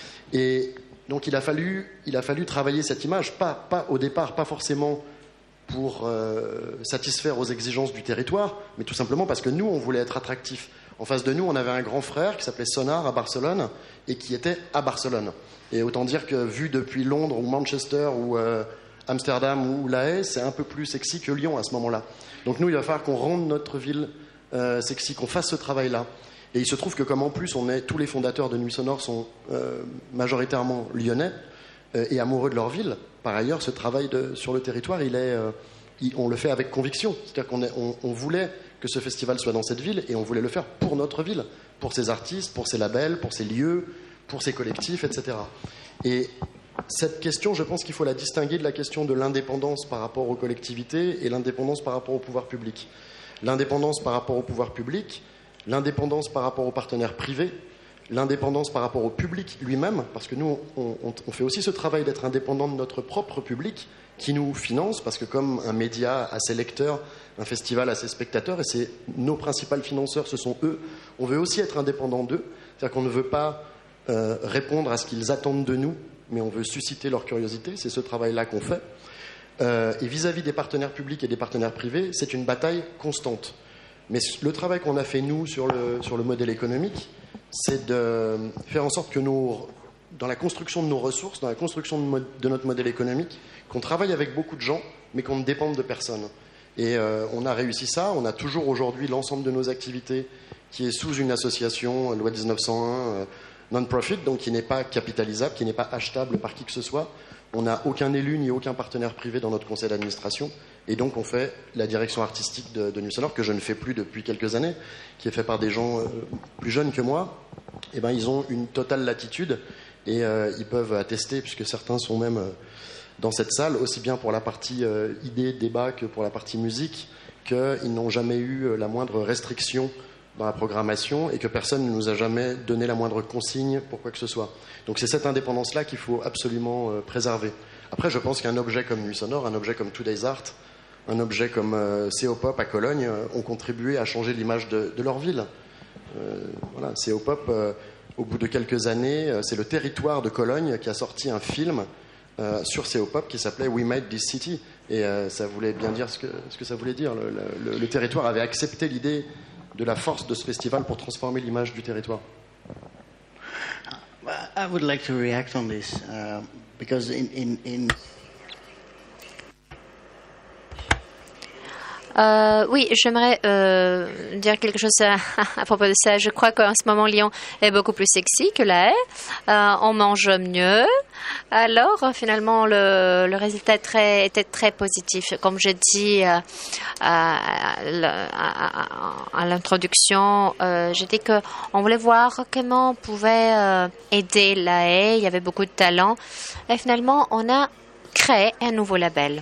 Et donc il a fallu, il a fallu travailler cette image, pas, pas au départ, pas forcément pour euh, satisfaire aux exigences du territoire, mais tout simplement parce que nous, on voulait être attractifs. En face de nous, on avait un grand frère qui s'appelait Sonar à Barcelone et qui était à Barcelone. Et autant dire que vu depuis Londres ou Manchester ou euh, Amsterdam ou La Haye, c'est un peu plus sexy que Lyon à ce moment-là. Donc nous, il va falloir qu'on rende notre ville euh, sexy, qu'on fasse ce travail-là. Et il se trouve que comme en plus, on est, tous les fondateurs de Nuit Sonore sont euh, majoritairement lyonnais euh, et amoureux de leur ville. Par ailleurs, ce travail de, sur le territoire, il est, euh, il, on le fait avec conviction. C'est-à-dire qu'on est, on, on voulait que ce festival soit dans cette ville et on voulait le faire pour notre ville, pour ses artistes, pour ses labels, pour ses lieux, pour ses collectifs, et cetera. Et cette question, je pense qu'il faut la distinguer de la question de l'indépendance par rapport aux collectivités et l'indépendance par rapport au pouvoir public. L'indépendance par rapport au pouvoir public, l'indépendance par rapport aux partenaires privés, l'indépendance par rapport au public lui-même, parce que nous, on, on, on fait aussi ce travail d'être indépendant de notre propre public qui nous finance, parce que comme un média a ses lecteurs, un festival a ses spectateurs, et c'est nos principaux financeurs, ce sont eux, on veut aussi être indépendant d'eux, c'est-à-dire qu'on ne veut pas euh, répondre à ce qu'ils attendent de nous, mais on veut susciter leur curiosité, c'est ce travail-là qu'on fait. Euh, et vis-à-vis des partenaires publics et des partenaires privés, c'est une bataille constante. Mais le travail qu'on a fait, nous, sur le, sur le modèle économique, c'est de faire en sorte que nos, dans la construction de nos ressources, dans la construction de, mod, de notre modèle économique, qu'on travaille avec beaucoup de gens, mais qu'on ne dépende de personne. Et euh, on a réussi ça. On a toujours aujourd'hui l'ensemble de nos activités qui est sous une association, loi dix-neuf cent un, euh, non-profit, donc qui n'est pas capitalisable, qui n'est pas achetable par qui que ce soit. On n'a aucun élu ni aucun partenaire privé dans notre conseil d'administration. Et donc on fait la direction artistique de, de Nuit Sonore, que je ne fais plus depuis quelques années, qui est fait par des gens euh, plus jeunes que moi. Et ben, ils ont une totale latitude et euh, ils peuvent attester, puisque certains sont même euh, dans cette salle, aussi bien pour la partie euh, idée, débat que pour la partie musique, qu'ils n'ont jamais eu la moindre restriction dans la programmation et que personne ne nous a jamais donné la moindre consigne pour quoi que ce soit. Donc c'est cette indépendance-là qu'il faut absolument euh, préserver. Après, je pense qu'un objet comme Nuit Sonore, un objet comme Today's Art, un objet comme euh, C O Pop à Cologne euh, ont contribué à changer l'image de, de leur ville. Euh, voilà, C O Pop, euh, au bout de quelques années, euh, c'est le territoire de Cologne qui a sorti un film euh, sur C O Pop qui s'appelait We Made This City. Et euh, ça voulait bien dire ce que, ce que ça voulait dire. Le, le, le territoire avait accepté l'idée de la force de ce festival pour transformer l'image du territoire. I would like to react on this uh, because in, in, in Euh, oui, j'aimerais euh, dire quelque chose à, à propos de ça. Je crois qu'en ce moment, Lyon est beaucoup plus sexy que La Haye. Euh, on mange mieux. Alors, finalement, le, le résultat est très, était très positif. Comme je dis euh, à, à, à l'introduction, euh, j'ai dit qu'on voulait voir comment on pouvait euh, aider La Haye. Il y avait beaucoup de talent. Et finalement, on a créé un nouveau label.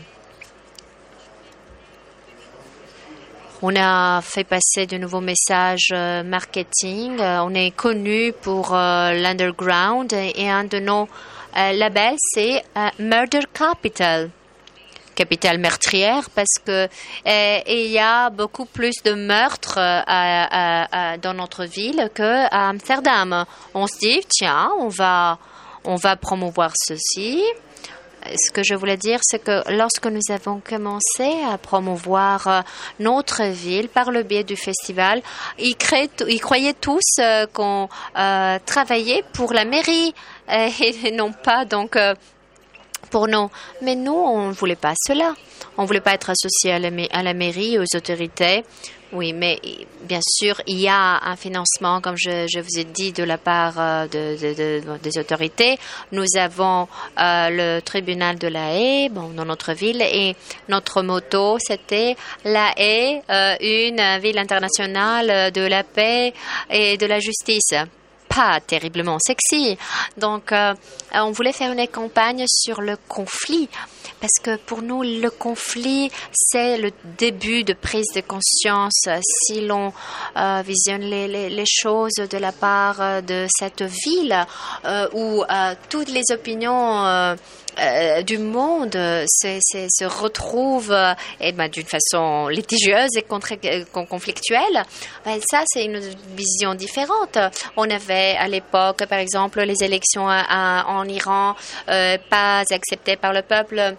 On a fait passer de nouveaux messages euh, marketing. Euh, on est connu pour euh, l'underground et, et un de nos euh, labels, c'est euh, Murder Capital. Capitale meurtrière parce que euh, il y a beaucoup plus de meurtres euh, à, à, à, dans notre ville qu'à Amsterdam. On se dit, tiens, on va, on va promouvoir ceci. Ce que je voulais dire, c'est que lorsque nous avons commencé à promouvoir notre ville par le biais du festival, ils, créaient, ils croyaient tous euh, qu'on euh, travaillait pour la mairie euh, et non pas donc euh, pour nous. Mais nous, on ne voulait pas cela. On ne voulait pas être associé à la, à la mairie, aux autorités. Oui, mais bien sûr, il y a un financement, comme je, je vous ai dit, de la part de, de, de, des autorités. Nous avons euh, le tribunal de La Haye, bon, dans notre ville, et notre motto, c'était La Haye, euh, une ville internationale de la paix et de la justice. Pas terriblement sexy. Donc, euh, on voulait faire une campagne sur le conflit. Parce que pour nous, le conflit, c'est le début de prise de conscience. Si l'on euh, visionne les, les, les choses de la part de cette ville, euh, où euh, toutes les opinions euh, euh, du monde se, se, se retrouvent euh, et ben, d'une façon litigieuse et contre, euh, conflictuelle, ben, ça, c'est une vision différente. On avait à l'époque, par exemple, les élections à, à, en Iran, euh, pas acceptées par le peuple.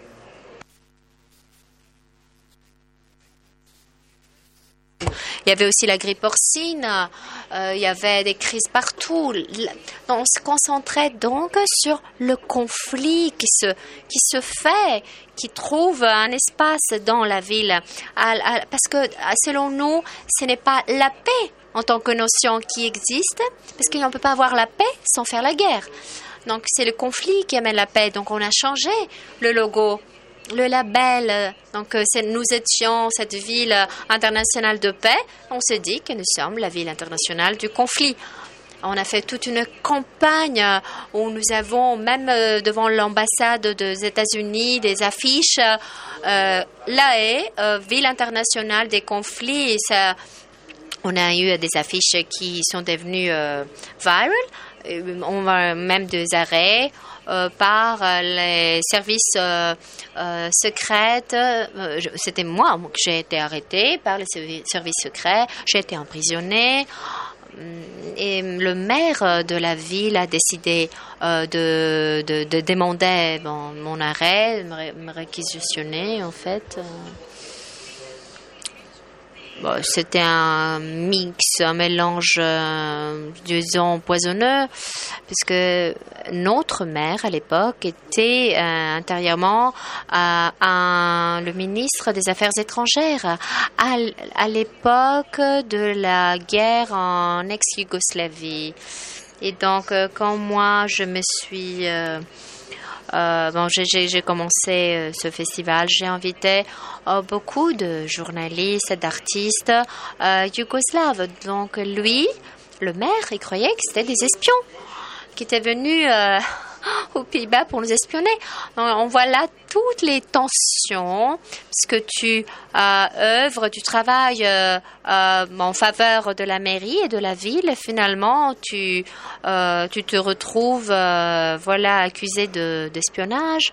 Il y avait aussi la grippe porcine, euh, il y avait des crises partout. On se concentrait donc sur le conflit qui se, qui se fait, qui trouve un espace dans la ville. Parce que, selon nous, ce n'est pas la paix en tant que notion qui existe, parce qu'on ne peut pas avoir la paix sans faire la guerre. Donc, c'est le conflit qui amène la paix. Donc, on a changé le logo. Le label, donc nous étions cette ville internationale de paix, on s'est dit que nous sommes la ville internationale du conflit. On a fait toute une campagne où nous avons, même devant l'ambassade des États-Unis, des affiches, euh, La Haye, euh, ville internationale des conflits. Et ça, on a eu des affiches qui sont devenues euh, viral, on a même des arrêts. Euh, par euh, les services euh, euh, secrets. Euh, C'était moi que j'ai été arrêtée par les services secrets. J'ai été emprisonnée. Et le maire de la ville a décidé euh, de, de, de demander bon, mon arrêt, me, ré, me réquisitionner en fait. Bon, c'était un mix, un mélange, euh, disons, poisonneux, puisque notre maire, à l'époque, était euh, intérieurement euh, un, le ministre des Affaires étrangères. À, à l'époque de la guerre en ex-Yougoslavie. Et donc, euh, quand moi, je me suis... Euh, Euh, bon, j'ai commencé euh, ce festival. J'ai invité euh, beaucoup de journalistes, d'artistes euh, yougoslaves. Donc, lui, le maire, il croyait que c'était des espions qui étaient venus euh, aux Pays-Bas pour nous espionner. Donc, on voit là toutes les tensions, parce que tu euh, œuvres, tu travailles euh, euh, en faveur de la mairie et de la ville. Et finalement, tu, euh, tu te retrouves euh, voilà, accusé de, d'espionnage.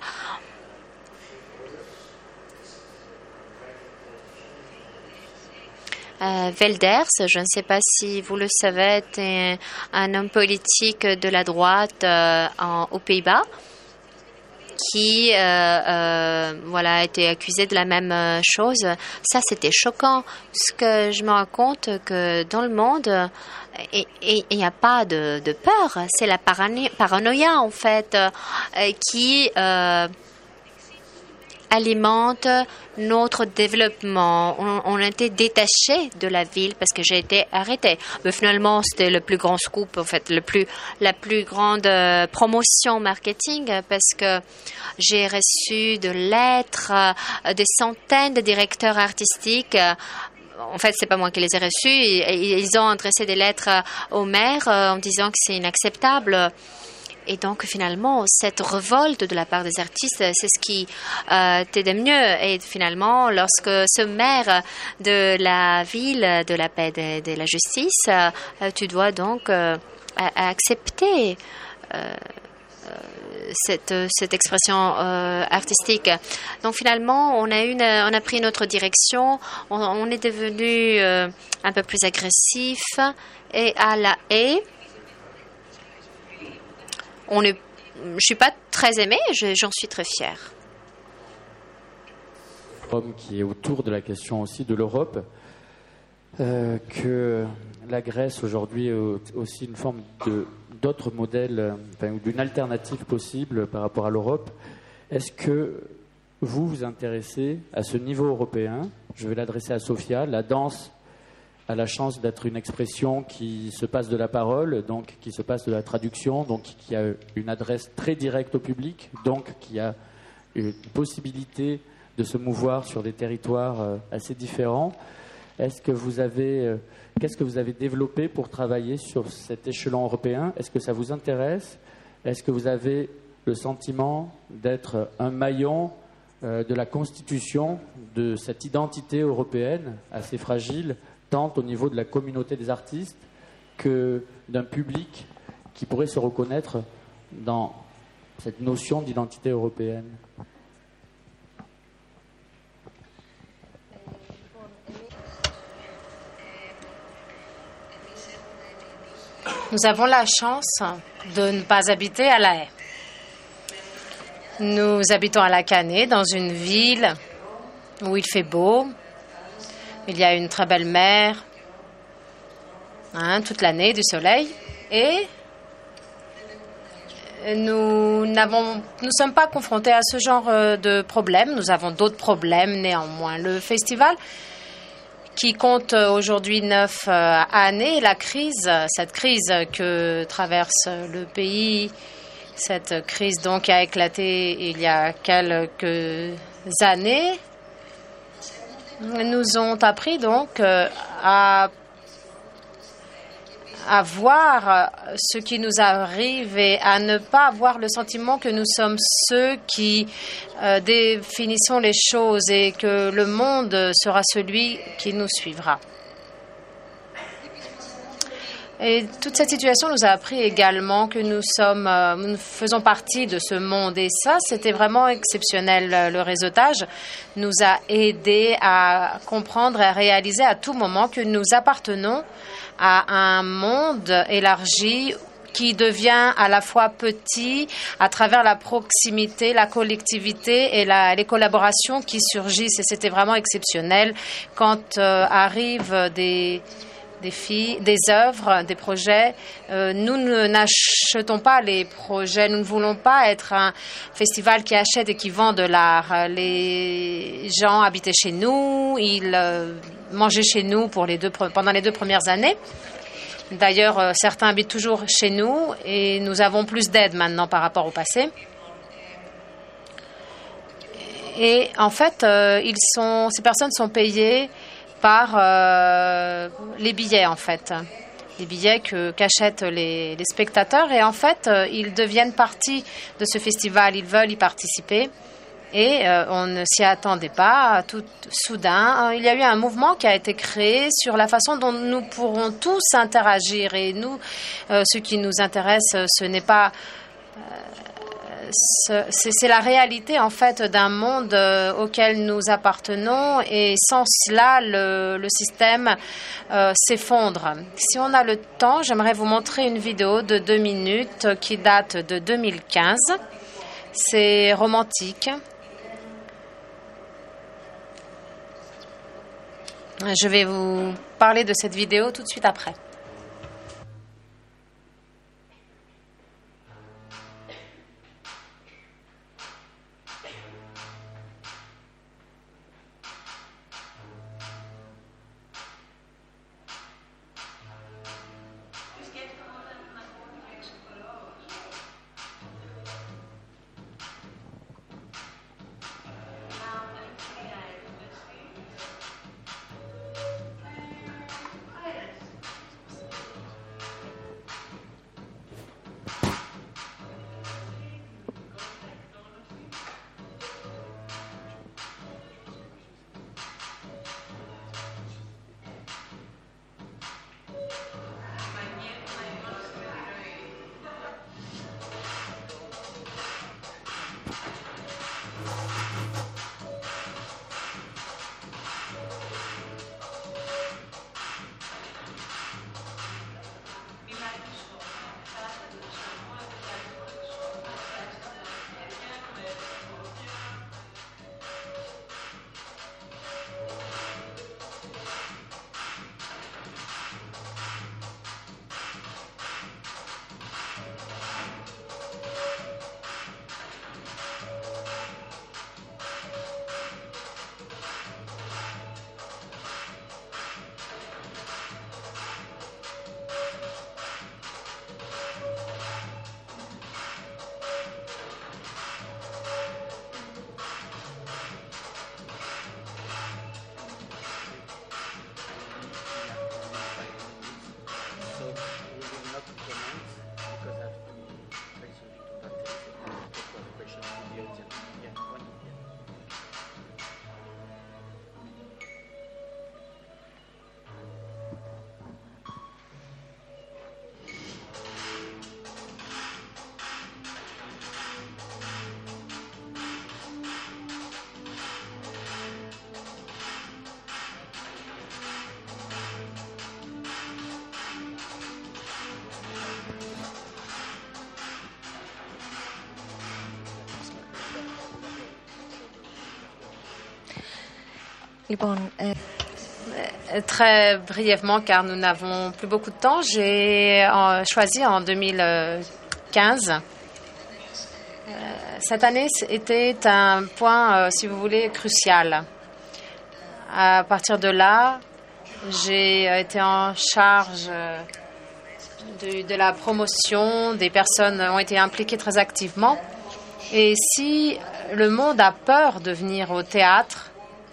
Euh, Welders, je ne sais pas si vous le savez, est un, un homme politique de la droite euh, en, aux Pays-Bas qui euh, euh, voilà, a été accusé de la même chose. Ça, c'était choquant, parce que je me rends compte que dans le monde, il n'y a pas de, de peur. C'est la parano paranoïa, en fait, euh, qui... Euh, alimente notre développement. On, on était détaché de la ville parce que j'ai été arrêtée. Mais finalement, c'était le plus grand scoop, en fait, le plus, la plus grande euh, promotion marketing parce que j'ai reçu de lettres, euh, des centaines de directeurs artistiques. Euh, En fait, c'est pas moi qui les ai reçus. Ils ont adressé des lettres au maire en disant que c'est inacceptable. Et donc, finalement, cette révolte de la part des artistes, c'est ce qui euh, était de mieux. Et finalement, lorsque ce maire de la ville, de la paix et de, de la justice, euh, tu dois donc euh, accepter euh, Cette, cette expression euh, artistique. Donc finalement, on a, une, on a pris une autre direction, on, on est devenu euh, un peu plus agressif et à La Haye, on est, je ne suis pas très aimée, je, j'en suis très fière. Homme qui est autour de la question aussi de l'Europe, euh, que la Grèce aujourd'hui est aussi une forme de d'autres modèles, enfin, d'une alternative possible par rapport à l'Europe. Est-ce que vous vous intéressez à ce niveau européen? Je vais l'adresser à Sophia. La danse a la chance d'être une expression qui se passe de la parole, donc qui se passe de la traduction, donc qui a une adresse très directe au public, donc qui a une possibilité de se mouvoir sur des territoires assez différents. Est-ce que vous avez, qu'est-ce que vous avez développé pour travailler sur cet échelon européen? Est-ce que ça vous intéresse? Est-ce que vous avez le sentiment d'être un maillon euh, de la constitution de cette identité européenne assez fragile, tant au niveau de la communauté des artistes que d'un public qui pourrait se reconnaître dans cette notion d'identité européenne? Nous avons la chance de ne pas habiter à La Haye. Nous habitons à La Canée, dans une ville où il fait beau. Il y a une très belle mer, hein, toute l'année, du soleil. Et nous n'avons, nous ne sommes pas confrontés à ce genre de problème. Nous avons d'autres problèmes néanmoins. Le festival qui compte aujourd'hui neuf euh, années, la crise, cette crise que traverse le pays, cette crise donc qui a éclaté il y a quelques années, nous ont appris donc euh, à à voir ce qui nous arrive et à ne pas avoir le sentiment que nous sommes ceux qui euh, définissons les choses et que le monde sera celui qui nous suivra. Et toute cette situation nous a appris également que nous sommes, euh, nous faisons partie de ce monde. Et ça, c'était vraiment exceptionnel. Le réseautage nous a aidés à comprendre et à réaliser à tout moment que nous appartenons à un monde élargi qui devient à la fois petit à travers la proximité, la collectivité et la, les collaborations qui surgissent. Et c'était vraiment exceptionnel quand euh, arrivent des... des filles, des œuvres, des projets. Euh, nous ne n'achetons pas les projets. Nous ne voulons pas être un festival qui achète et qui vend de l'art. Les gens habitaient chez nous, ils euh, mangeaient chez nous pour les deux, pendant les deux premières années. D'ailleurs, euh, certains habitent toujours chez nous et nous avons plus d'aide maintenant par rapport au passé. Et en fait, euh, ils sont, ces personnes sont payées par euh, les billets, en fait. Les billets que, qu'achètent les, les spectateurs. Et en fait, euh, ils deviennent partie de ce festival. Ils veulent y participer. Et euh, on ne s'y attendait pas. Tout soudain, il y a eu un mouvement qui a été créé sur la façon dont nous pourrons tous interagir. Et nous, euh, ce qui nous intéresse, ce n'est pas... Euh, C'est la réalité en fait d'un monde auquel nous appartenons et sans cela le, le système euh, s'effondre. Si on a le temps, j'aimerais vous montrer une vidéo de deux minutes qui date de deux mille quinze. C'est romantique. Je vais vous parler de cette vidéo tout de suite après. Λοιπόν, ε, Très brièvement, car nous n'avons plus beaucoup de temps, j'ai euh, choisi en deux mille quinze. Euh, cette année était un point, euh, si vous voulez, crucial. À partir de là, j'ai été en charge de, de la promotion, des personnes ont été impliquées très activement. Et si le monde a peur de venir au théâtre,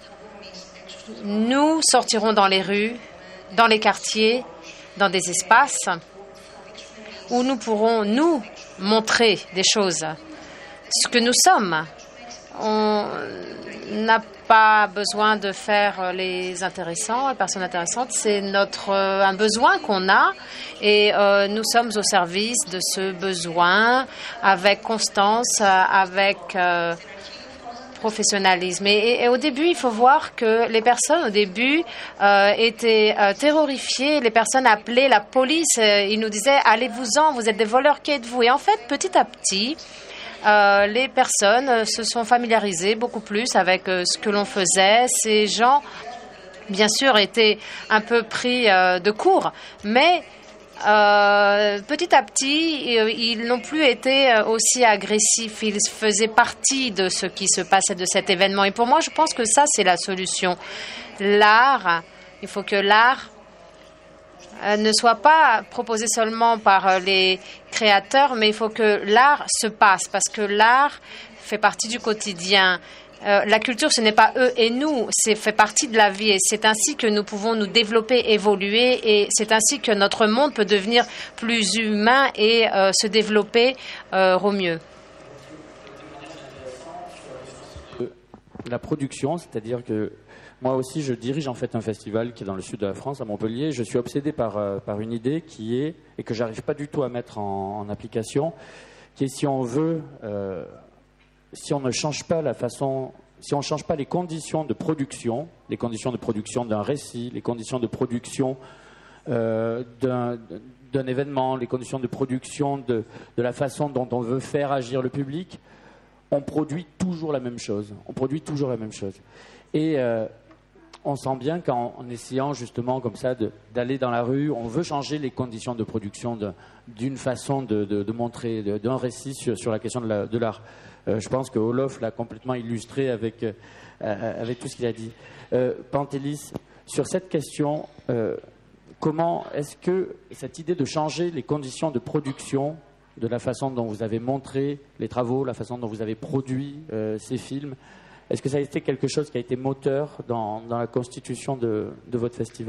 nous sortirons dans les rues, dans les quartiers, dans des espaces où nous pourrons, nous, montrer des choses, ce que nous sommes. On n'a pas besoin de faire les intéressants, les personnes intéressantes. C'est notre, euh, un besoin qu'on a et euh, nous sommes au service de ce besoin avec constance, avec euh, professionnalisme. Et, et, et au début, il faut voir que les personnes, au début, euh, étaient euh, terrorifiées. Les personnes appelaient la police. Euh, ils nous disaient « Allez-vous-en, vous êtes des voleurs, qui êtes-vous » Et en fait, petit à petit, euh, les personnes euh, se sont familiarisées beaucoup plus avec euh, ce que l'on faisait. Ces gens, bien sûr, étaient un peu pris euh, de court, mais Euh, petit à petit, ils n'ont plus été aussi agressifs. Ils faisaient partie de ce qui se passait de cet événement. Et pour moi, je pense que ça, c'est la solution. L'art, il faut que l'art ne soit pas proposé seulement par les créateurs, mais il faut que l'art se passe, parce que l'art fait partie du quotidien. Euh, la culture, ce n'est pas eux et nous, c'est fait partie de la vie et c'est ainsi que nous pouvons nous développer, évoluer et c'est ainsi que notre monde peut devenir plus humain et euh, se développer euh, au mieux. La production, c'est-à-dire que moi aussi je dirige en fait un festival qui est dans le sud de la France, à Montpellier. Je suis obsédé par, euh, par une idée qui est, et que j'arrive pas du tout à mettre en, en application, qui est si on veut... Euh, si on ne change pas la façon, si on ne change pas les conditions de production, les conditions de production d'un récit, les conditions de production euh, d'un, d'un événement, les conditions de production de, de la façon dont on veut faire agir le public, on produit toujours la même chose. On produit toujours la même chose. Et euh, on sent bien qu'en en essayant justement comme ça de, d'aller dans la rue, on veut changer les conditions de production de, d'une façon de, de, de montrer, de, d'un récit sur, sur la question de, la, de l'art. Euh, je pense que Olof l'a complètement illustré avec, euh, avec tout ce qu'il a dit. Euh, Pantelis, sur cette question, euh, comment est-ce que cette idée de changer les conditions de production, de la façon dont vous avez montré les travaux, la façon dont vous avez produit euh, ces films, est-ce que ça a été quelque chose qui a été moteur dans, dans la constitution de, de votre festival ?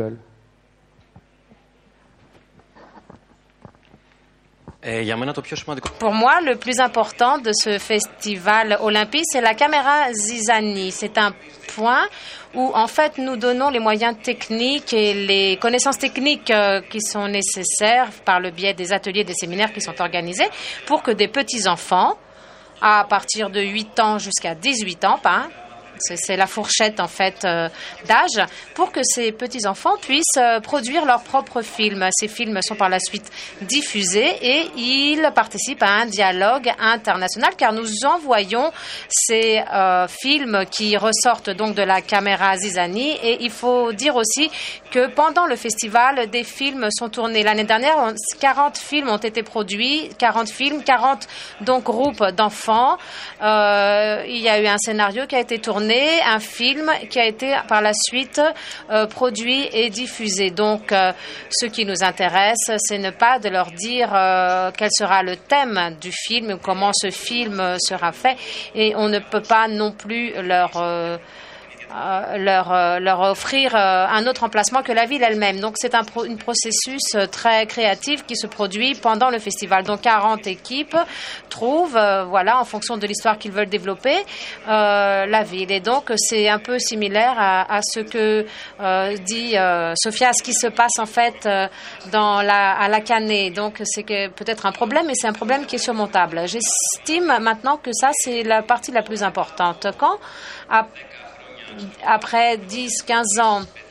Pour moi, le plus important de ce festival olympique, c'est la caméra Zizani. C'est un point où, en fait, nous donnons les moyens techniques et les connaissances techniques euh, qui sont nécessaires par le biais des ateliers, des séminaires qui sont organisés pour que des petits-enfants, à partir de huit ans jusqu'à dix-huit ans, pas c'est la fourchette en fait euh, d'âge, pour que ces petits-enfants puissent euh, produire leurs propres films. Ces films sont par la suite diffusés et ils participent à un dialogue international car nous envoyons ces euh, films qui ressortent donc de la caméra Zizani et il faut dire aussi que pendant le festival, des films sont tournés. L'année dernière, quarante films ont été produits, quarante films, quarante donc groupes d'enfants. Euh, il y a eu un scénario qui a été tourné, un film qui a été par la suite euh, produit et diffusé. Donc, euh, ce qui nous intéresse, c'est ne pas de leur dire euh, quel sera le thème du film ou comment ce film sera fait. Et on ne peut pas non plus leur... Euh, Euh, leur, euh, leur offrir euh, un autre emplacement que la ville elle-même. Donc c'est un pro une processus euh, très créatif qui se produit pendant le festival. Donc quarante équipes trouvent, euh, voilà, en fonction de l'histoire qu'ils veulent développer, euh, la ville. Et donc c'est un peu similaire à, à ce que euh, dit euh, Sophia, ce qui se passe en fait euh, dans la, à la Canée. Donc c'est peut-être un problème, mais c'est un problème qui est surmontable. J'estime maintenant que ça c'est la partie la plus importante. Quand à après dix, quinze ans,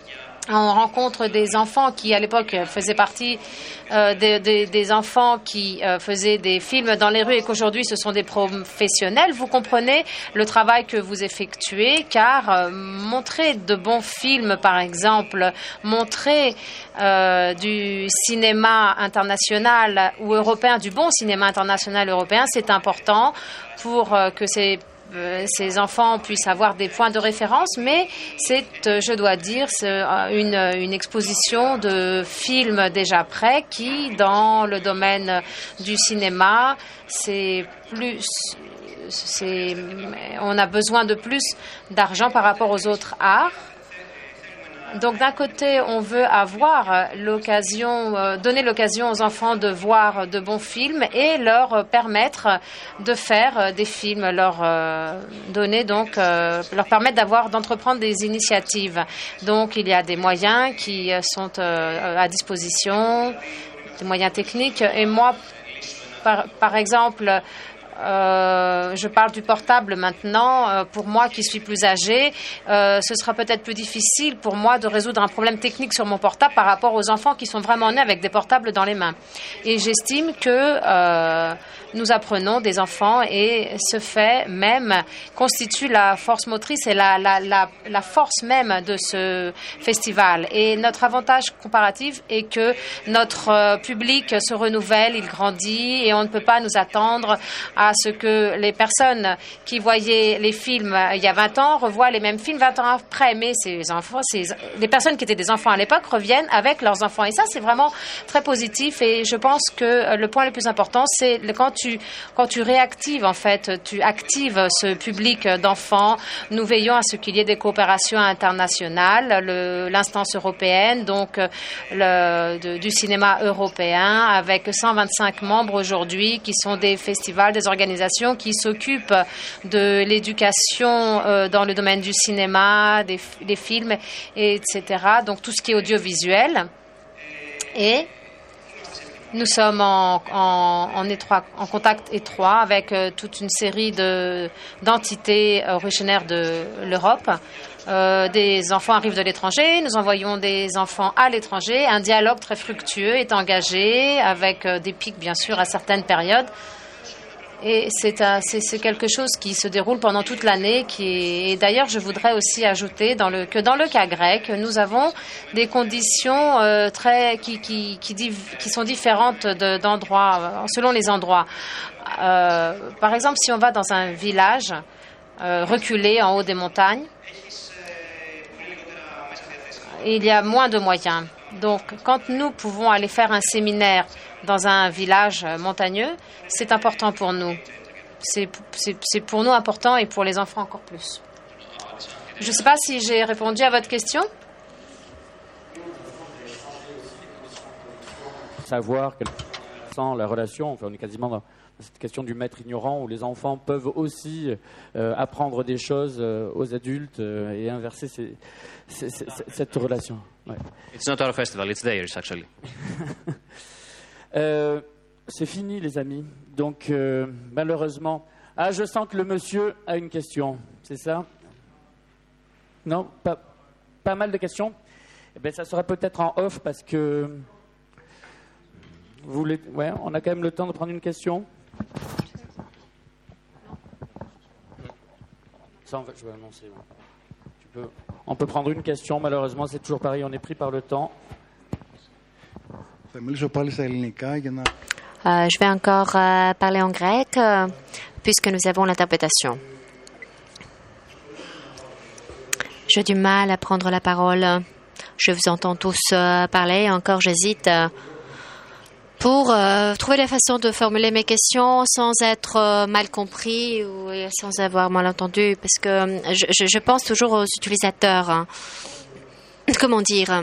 On rencontre des enfants qui, à l'époque, faisaient partie euh, des, des, des enfants qui euh, faisaient des films dans les rues et qu'aujourd'hui, ce sont des professionnels. Vous comprenez le travail que vous effectuez, car euh, montrer de bons films, par exemple, montrer euh, du cinéma international ou européen, du bon cinéma international européen, c'est important pour euh, que ces ces enfants puissent avoir des points de référence, mais c'est, je dois dire, c'est une, une exposition de films déjà prêts qui, dans le domaine du cinéma, c'est plus, c'est, on a besoin de plus d'argent par rapport aux autres arts. Donc d'un côté, on veut avoir l'occasion, euh, donner l'occasion aux enfants de voir de bons films et leur permettre de faire des films, leur euh, donner donc, euh, leur permettre d'avoir, d'entreprendre des initiatives. Donc il y a des moyens qui sont euh, à disposition, des moyens techniques. Et moi, par, par exemple, Euh, je parle du portable maintenant. Euh, pour moi qui suis plus âgée, euh, ce sera peut-être plus difficile pour moi de résoudre un problème technique sur mon portable par rapport aux enfants qui sont vraiment nés avec des portables dans les mains. Et j'estime que euh, nous apprenons des enfants et ce fait même constitue la force motrice et la, la, la, la force même de ce festival. Et notre avantage comparatif est que notre euh, public se renouvelle, il grandit et on ne peut pas nous attendre à à ce que les personnes qui voyaient les films il y a vingt ans revoient les mêmes films vingt ans après. Mais ces enfants, ces, les personnes qui étaient des enfants à l'époque reviennent avec leurs enfants. Et ça, c'est vraiment très positif. Et je pense que le point le plus important, c'est quand tu, quand tu réactives, en fait, tu actives ce public d'enfants. Nous veillons à ce qu'il y ait des coopérations internationales, le, l'instance européenne, donc le, de, du cinéma européen, avec cent vingt-cinq membres aujourd'hui qui sont des festivals, des organisations qui s'occupent de l'éducation euh, dans le domaine du cinéma, des, des films, et cetera. Donc tout ce qui est audiovisuel. Et nous sommes en, en, en, étroit, en contact étroit avec euh, toute une série de, d'entités originaires de l'Europe. Euh, des enfants arrivent de l'étranger, nous envoyons des enfants à l'étranger. Un dialogue très fructueux est engagé avec euh, des pics, bien sûr, à certaines périodes. Et c'est, un, c'est, c'est quelque chose qui se déroule pendant toute l'année. Qui est, et d'ailleurs, je voudrais aussi ajouter dans le, que dans le cas grec, nous avons des conditions euh, très, qui, qui, qui, div, qui sont différentes de, d'endroits, selon les endroits. Euh, par exemple, si on va dans un village euh, reculé en haut des montagnes, il y a moins de moyens. Donc, quand nous pouvons aller faire un séminaire dans un village montagneux, c'est important pour nous. C'est, c'est, c'est pour nous important et pour les enfants encore plus. Je ne sais pas si j'ai répondu à votre question. Savoir quelle sans la relation, enfin, on est quasiment dans cette question du maître ignorant où les enfants peuvent aussi euh, apprendre des choses euh, aux adultes euh, et inverser ces, ces, ces, cette relation. Ouais. It's not our festival, it's theirs actually. euh, c'est fini les amis. Donc euh, malheureusement, ah je sens que le monsieur a une question, c'est ça? Non, pas, pas mal de questions. Eh bien, ça sera peut-être en off parce que vous voulez, ouais, on a quand même le temps de prendre une question. Ça, en fait, je vais annoncer. Tu peux, on peut prendre une question, malheureusement, c'est toujours pareil, on est pris par le temps. Euh, je vais encore euh, parler en grec, euh, puisque nous avons l'interprétation. J'ai du mal à prendre la parole. Je vous entends tous euh, parler, encore j'hésite. Euh, pour euh, trouver la façon de formuler mes questions sans être euh, mal compris ou euh, sans avoir mal entendu, parce que euh, je, je pense toujours aux utilisateurs. Hein. Comment dire?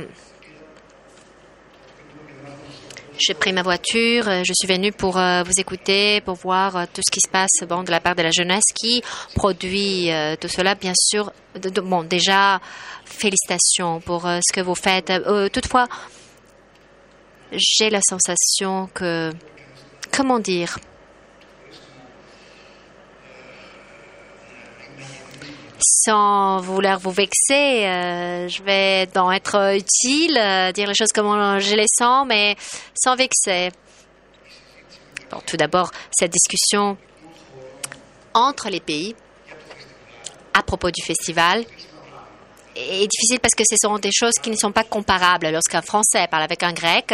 J'ai pris ma voiture, je suis venue pour euh, vous écouter, pour voir euh, tout ce qui se passe bon, de la part de la jeunesse qui produit euh, tout cela, bien sûr. De, de, bon, déjà, félicitations pour euh, ce que vous faites. Euh, toutefois, j'ai la sensation que, comment dire, sans vouloir vous vexer, euh, je vais donc être utile, euh, dire les choses comme je les sens, mais sans vexer. Bon, tout d'abord, cette discussion entre les pays à propos du festival est difficile parce que ce sont des choses qui ne sont pas comparables. Lorsqu'un Français parle avec un Grec,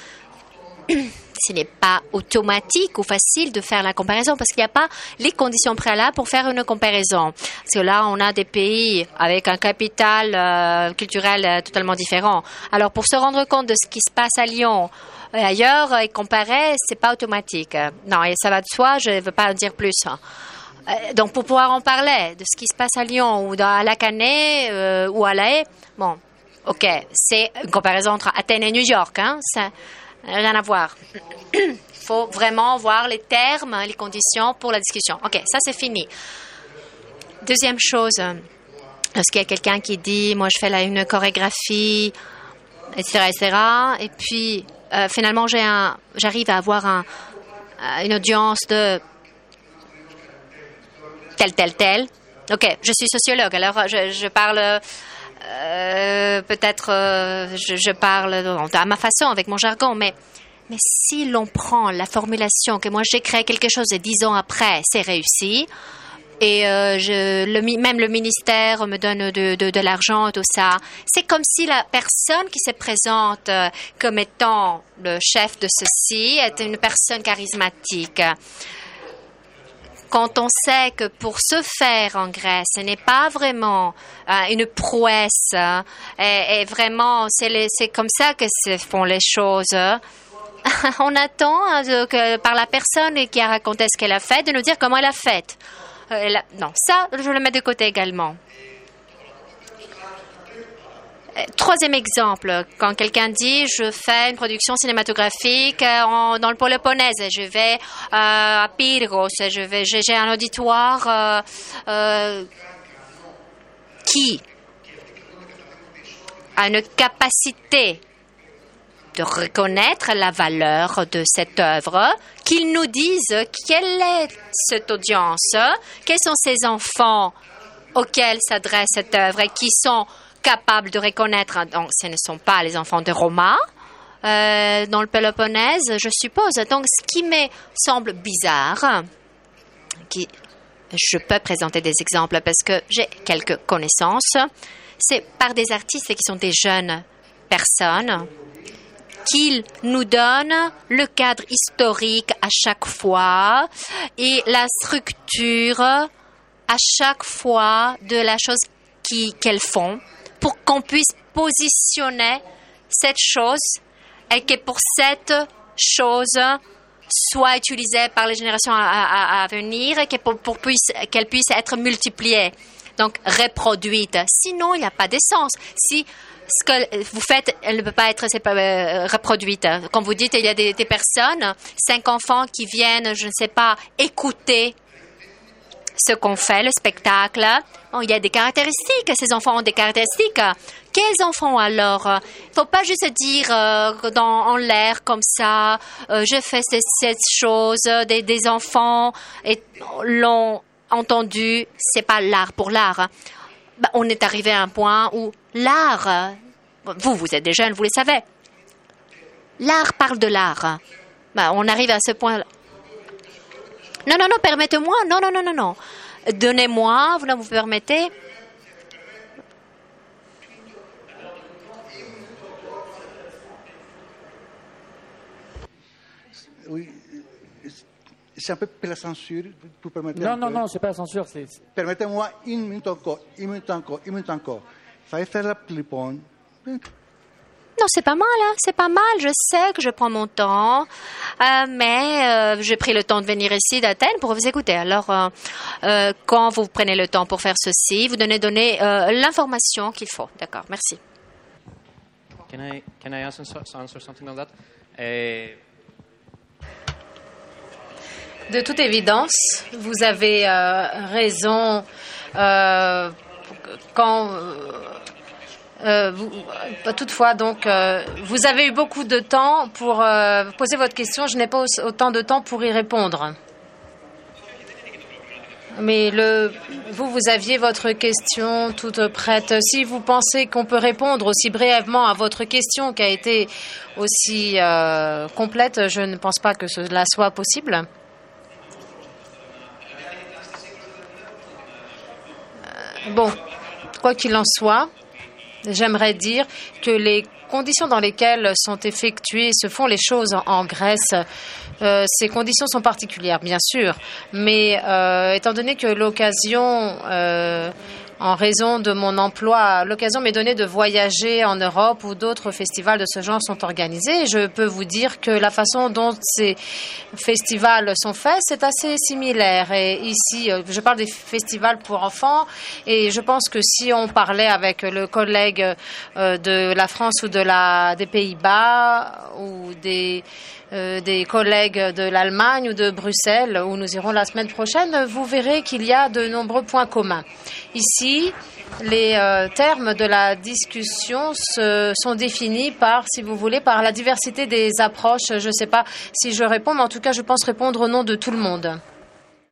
ce n'est pas automatique ou facile de faire la comparaison parce qu'il n'y a pas les conditions préalables pour faire une comparaison. Parce que là, on a des pays avec un capital euh, culturel euh, totalement différent. Alors, pour se rendre compte de ce qui se passe à Lyon et ailleurs et comparer, c'est pas automatique. Non, et ça va de soi, je ne veux pas en dire plus. Euh, donc, pour pouvoir en parler de ce qui se passe à Lyon ou dans, à Lacanais euh, ou à La Haye, bon, ok, c'est une comparaison entre Athènes et New York, hein, ça rien à voir. Il faut vraiment voir les termes, les conditions pour la discussion. OK, ça c'est fini. Deuxième chose, lorsqu'il y a quelqu'un qui dit, moi je fais là une chorégraphie, et cetera, et cetera, et puis euh, finalement j'ai un, j'arrive à avoir un, une audience de tel, tel, tel. OK, je suis sociologue, alors je, je parle... Euh, peut-être euh, je, je parle à ma façon, avec mon jargon, mais, mais si l'on prend la formulation que moi j'ai créé quelque chose et dix ans après, c'est réussi, et euh, je, le, même le ministère me donne de, de, de l'argent et tout ça, c'est comme si la personne qui se présente euh, comme étant le chef de ceci est une personne charismatique. Quand on sait que pour se faire en Grèce, ce n'est pas vraiment euh, une prouesse, hein, et, et vraiment, c'est, les, c'est comme ça que se font les choses. On attend hein, de, que, par la personne qui a raconté ce qu'elle a fait, de nous dire comment elle a fait. Euh, elle a, non, ça, je le mets de côté également. Troisième exemple, quand quelqu'un dit je fais une production cinématographique en, dans le Péloponnèse, je vais euh, à Pyrgos, je vais, j'ai, j'ai un auditoire euh, euh, qui a une capacité de reconnaître la valeur de cette œuvre, qu'ils nous disent quelle est cette audience, quels sont ces enfants auxquels s'adresse cette œuvre et qui sont capables de reconnaître, donc ce ne sont pas les enfants de Roma, euh, dans le Péloponnèse, je suppose. Donc, ce qui me semble bizarre, qui, je peux présenter des exemples parce que j'ai quelques connaissances, c'est par des artistes qui sont des jeunes personnes, qu'ils nous donnent le cadre historique à chaque fois et la structure à chaque fois de la chose qui, qu'elles font, pour qu'on puisse positionner cette chose et que pour cette chose soit utilisée par les générations à, à, à venir et que pour, pour puisse, qu'elle puisse être multipliée, donc reproduite. Sinon, il n'y a pas de sens. Si ce que vous faites, elle ne peut pas être c'est pas, euh, reproduite. Comme vous dites, il y a des, des personnes, cinq enfants qui viennent, je ne sais pas, écouter ce qu'on fait, le spectacle. Bon, il y a des caractéristiques, ces enfants ont des caractéristiques. Quels enfants alors? Il ne faut pas juste dire euh, dans, en l'air comme ça, euh, je fais cette, cette chose, des, des enfants et l'ont entendu, c'est pas l'art pour l'art. Ben, on est arrivé à un point où l'art, vous, vous êtes des jeunes, vous le savez, l'art parle de l'art. Ben, on arrive à ce point-là. Non, non, non, permettez-moi. Non, non, non, non, non. Donnez-moi, vous vous permettez. Oui, c'est un peu la censure. Vous permettez non, non, non, c'est pas la censure. C'est... Permettez-moi une minute encore, une minute encore, une minute encore. Θα ήθελα λοιπόν. Non, c'est pas mal, hein? C'est pas mal. Je sais que je prends mon temps, euh, mais euh, j'ai pris le temps de venir ici d'Athènes pour vous écouter. Alors, euh, euh, quand vous prenez le temps pour faire ceci, vous donnez, donnez euh, l'information qu'il faut. D'accord, merci. Can I, can I answer, answer something on that? Uh... De toute évidence, vous avez euh, raison euh, quand... Euh, Euh, vous, toutefois, donc, euh, vous avez eu beaucoup de temps pour euh, poser votre question. Je n'ai pas autant de temps pour y répondre. Mais le, vous, vous aviez votre question toute prête. Si vous pensez qu'on peut répondre aussi brièvement à votre question qui a été aussi euh, complète, je ne pense pas que cela soit possible. Euh, bon, quoi qu'il en soit, j'aimerais dire que les conditions dans lesquelles sont effectuées, se font les choses en, en Grèce, euh, ces conditions sont particulières, bien sûr. Mais euh, étant donné que l'occasion, euh, en raison de mon emploi, l'occasion m'est donnée de voyager en Europe où d'autres festivals de ce genre sont organisés, je peux vous dire que la façon dont ces festivals sont faits, c'est assez similaire. Et ici, euh, je parle des festivals pour enfants et je pense que si on parlait avec le collègue euh, de la France ou de la, des Pays-Bas ou des Euh, des collègues de l'Allemagne ou de Bruxelles, où nous irons la semaine prochaine, vous verrez qu'il y a de nombreux points communs. Ici, les euh, termes de la discussion se, sont définis par, si vous voulez, par la diversité des approches. Je ne sais pas si je réponds, mais en tout cas, je pense répondre au nom de tout le monde.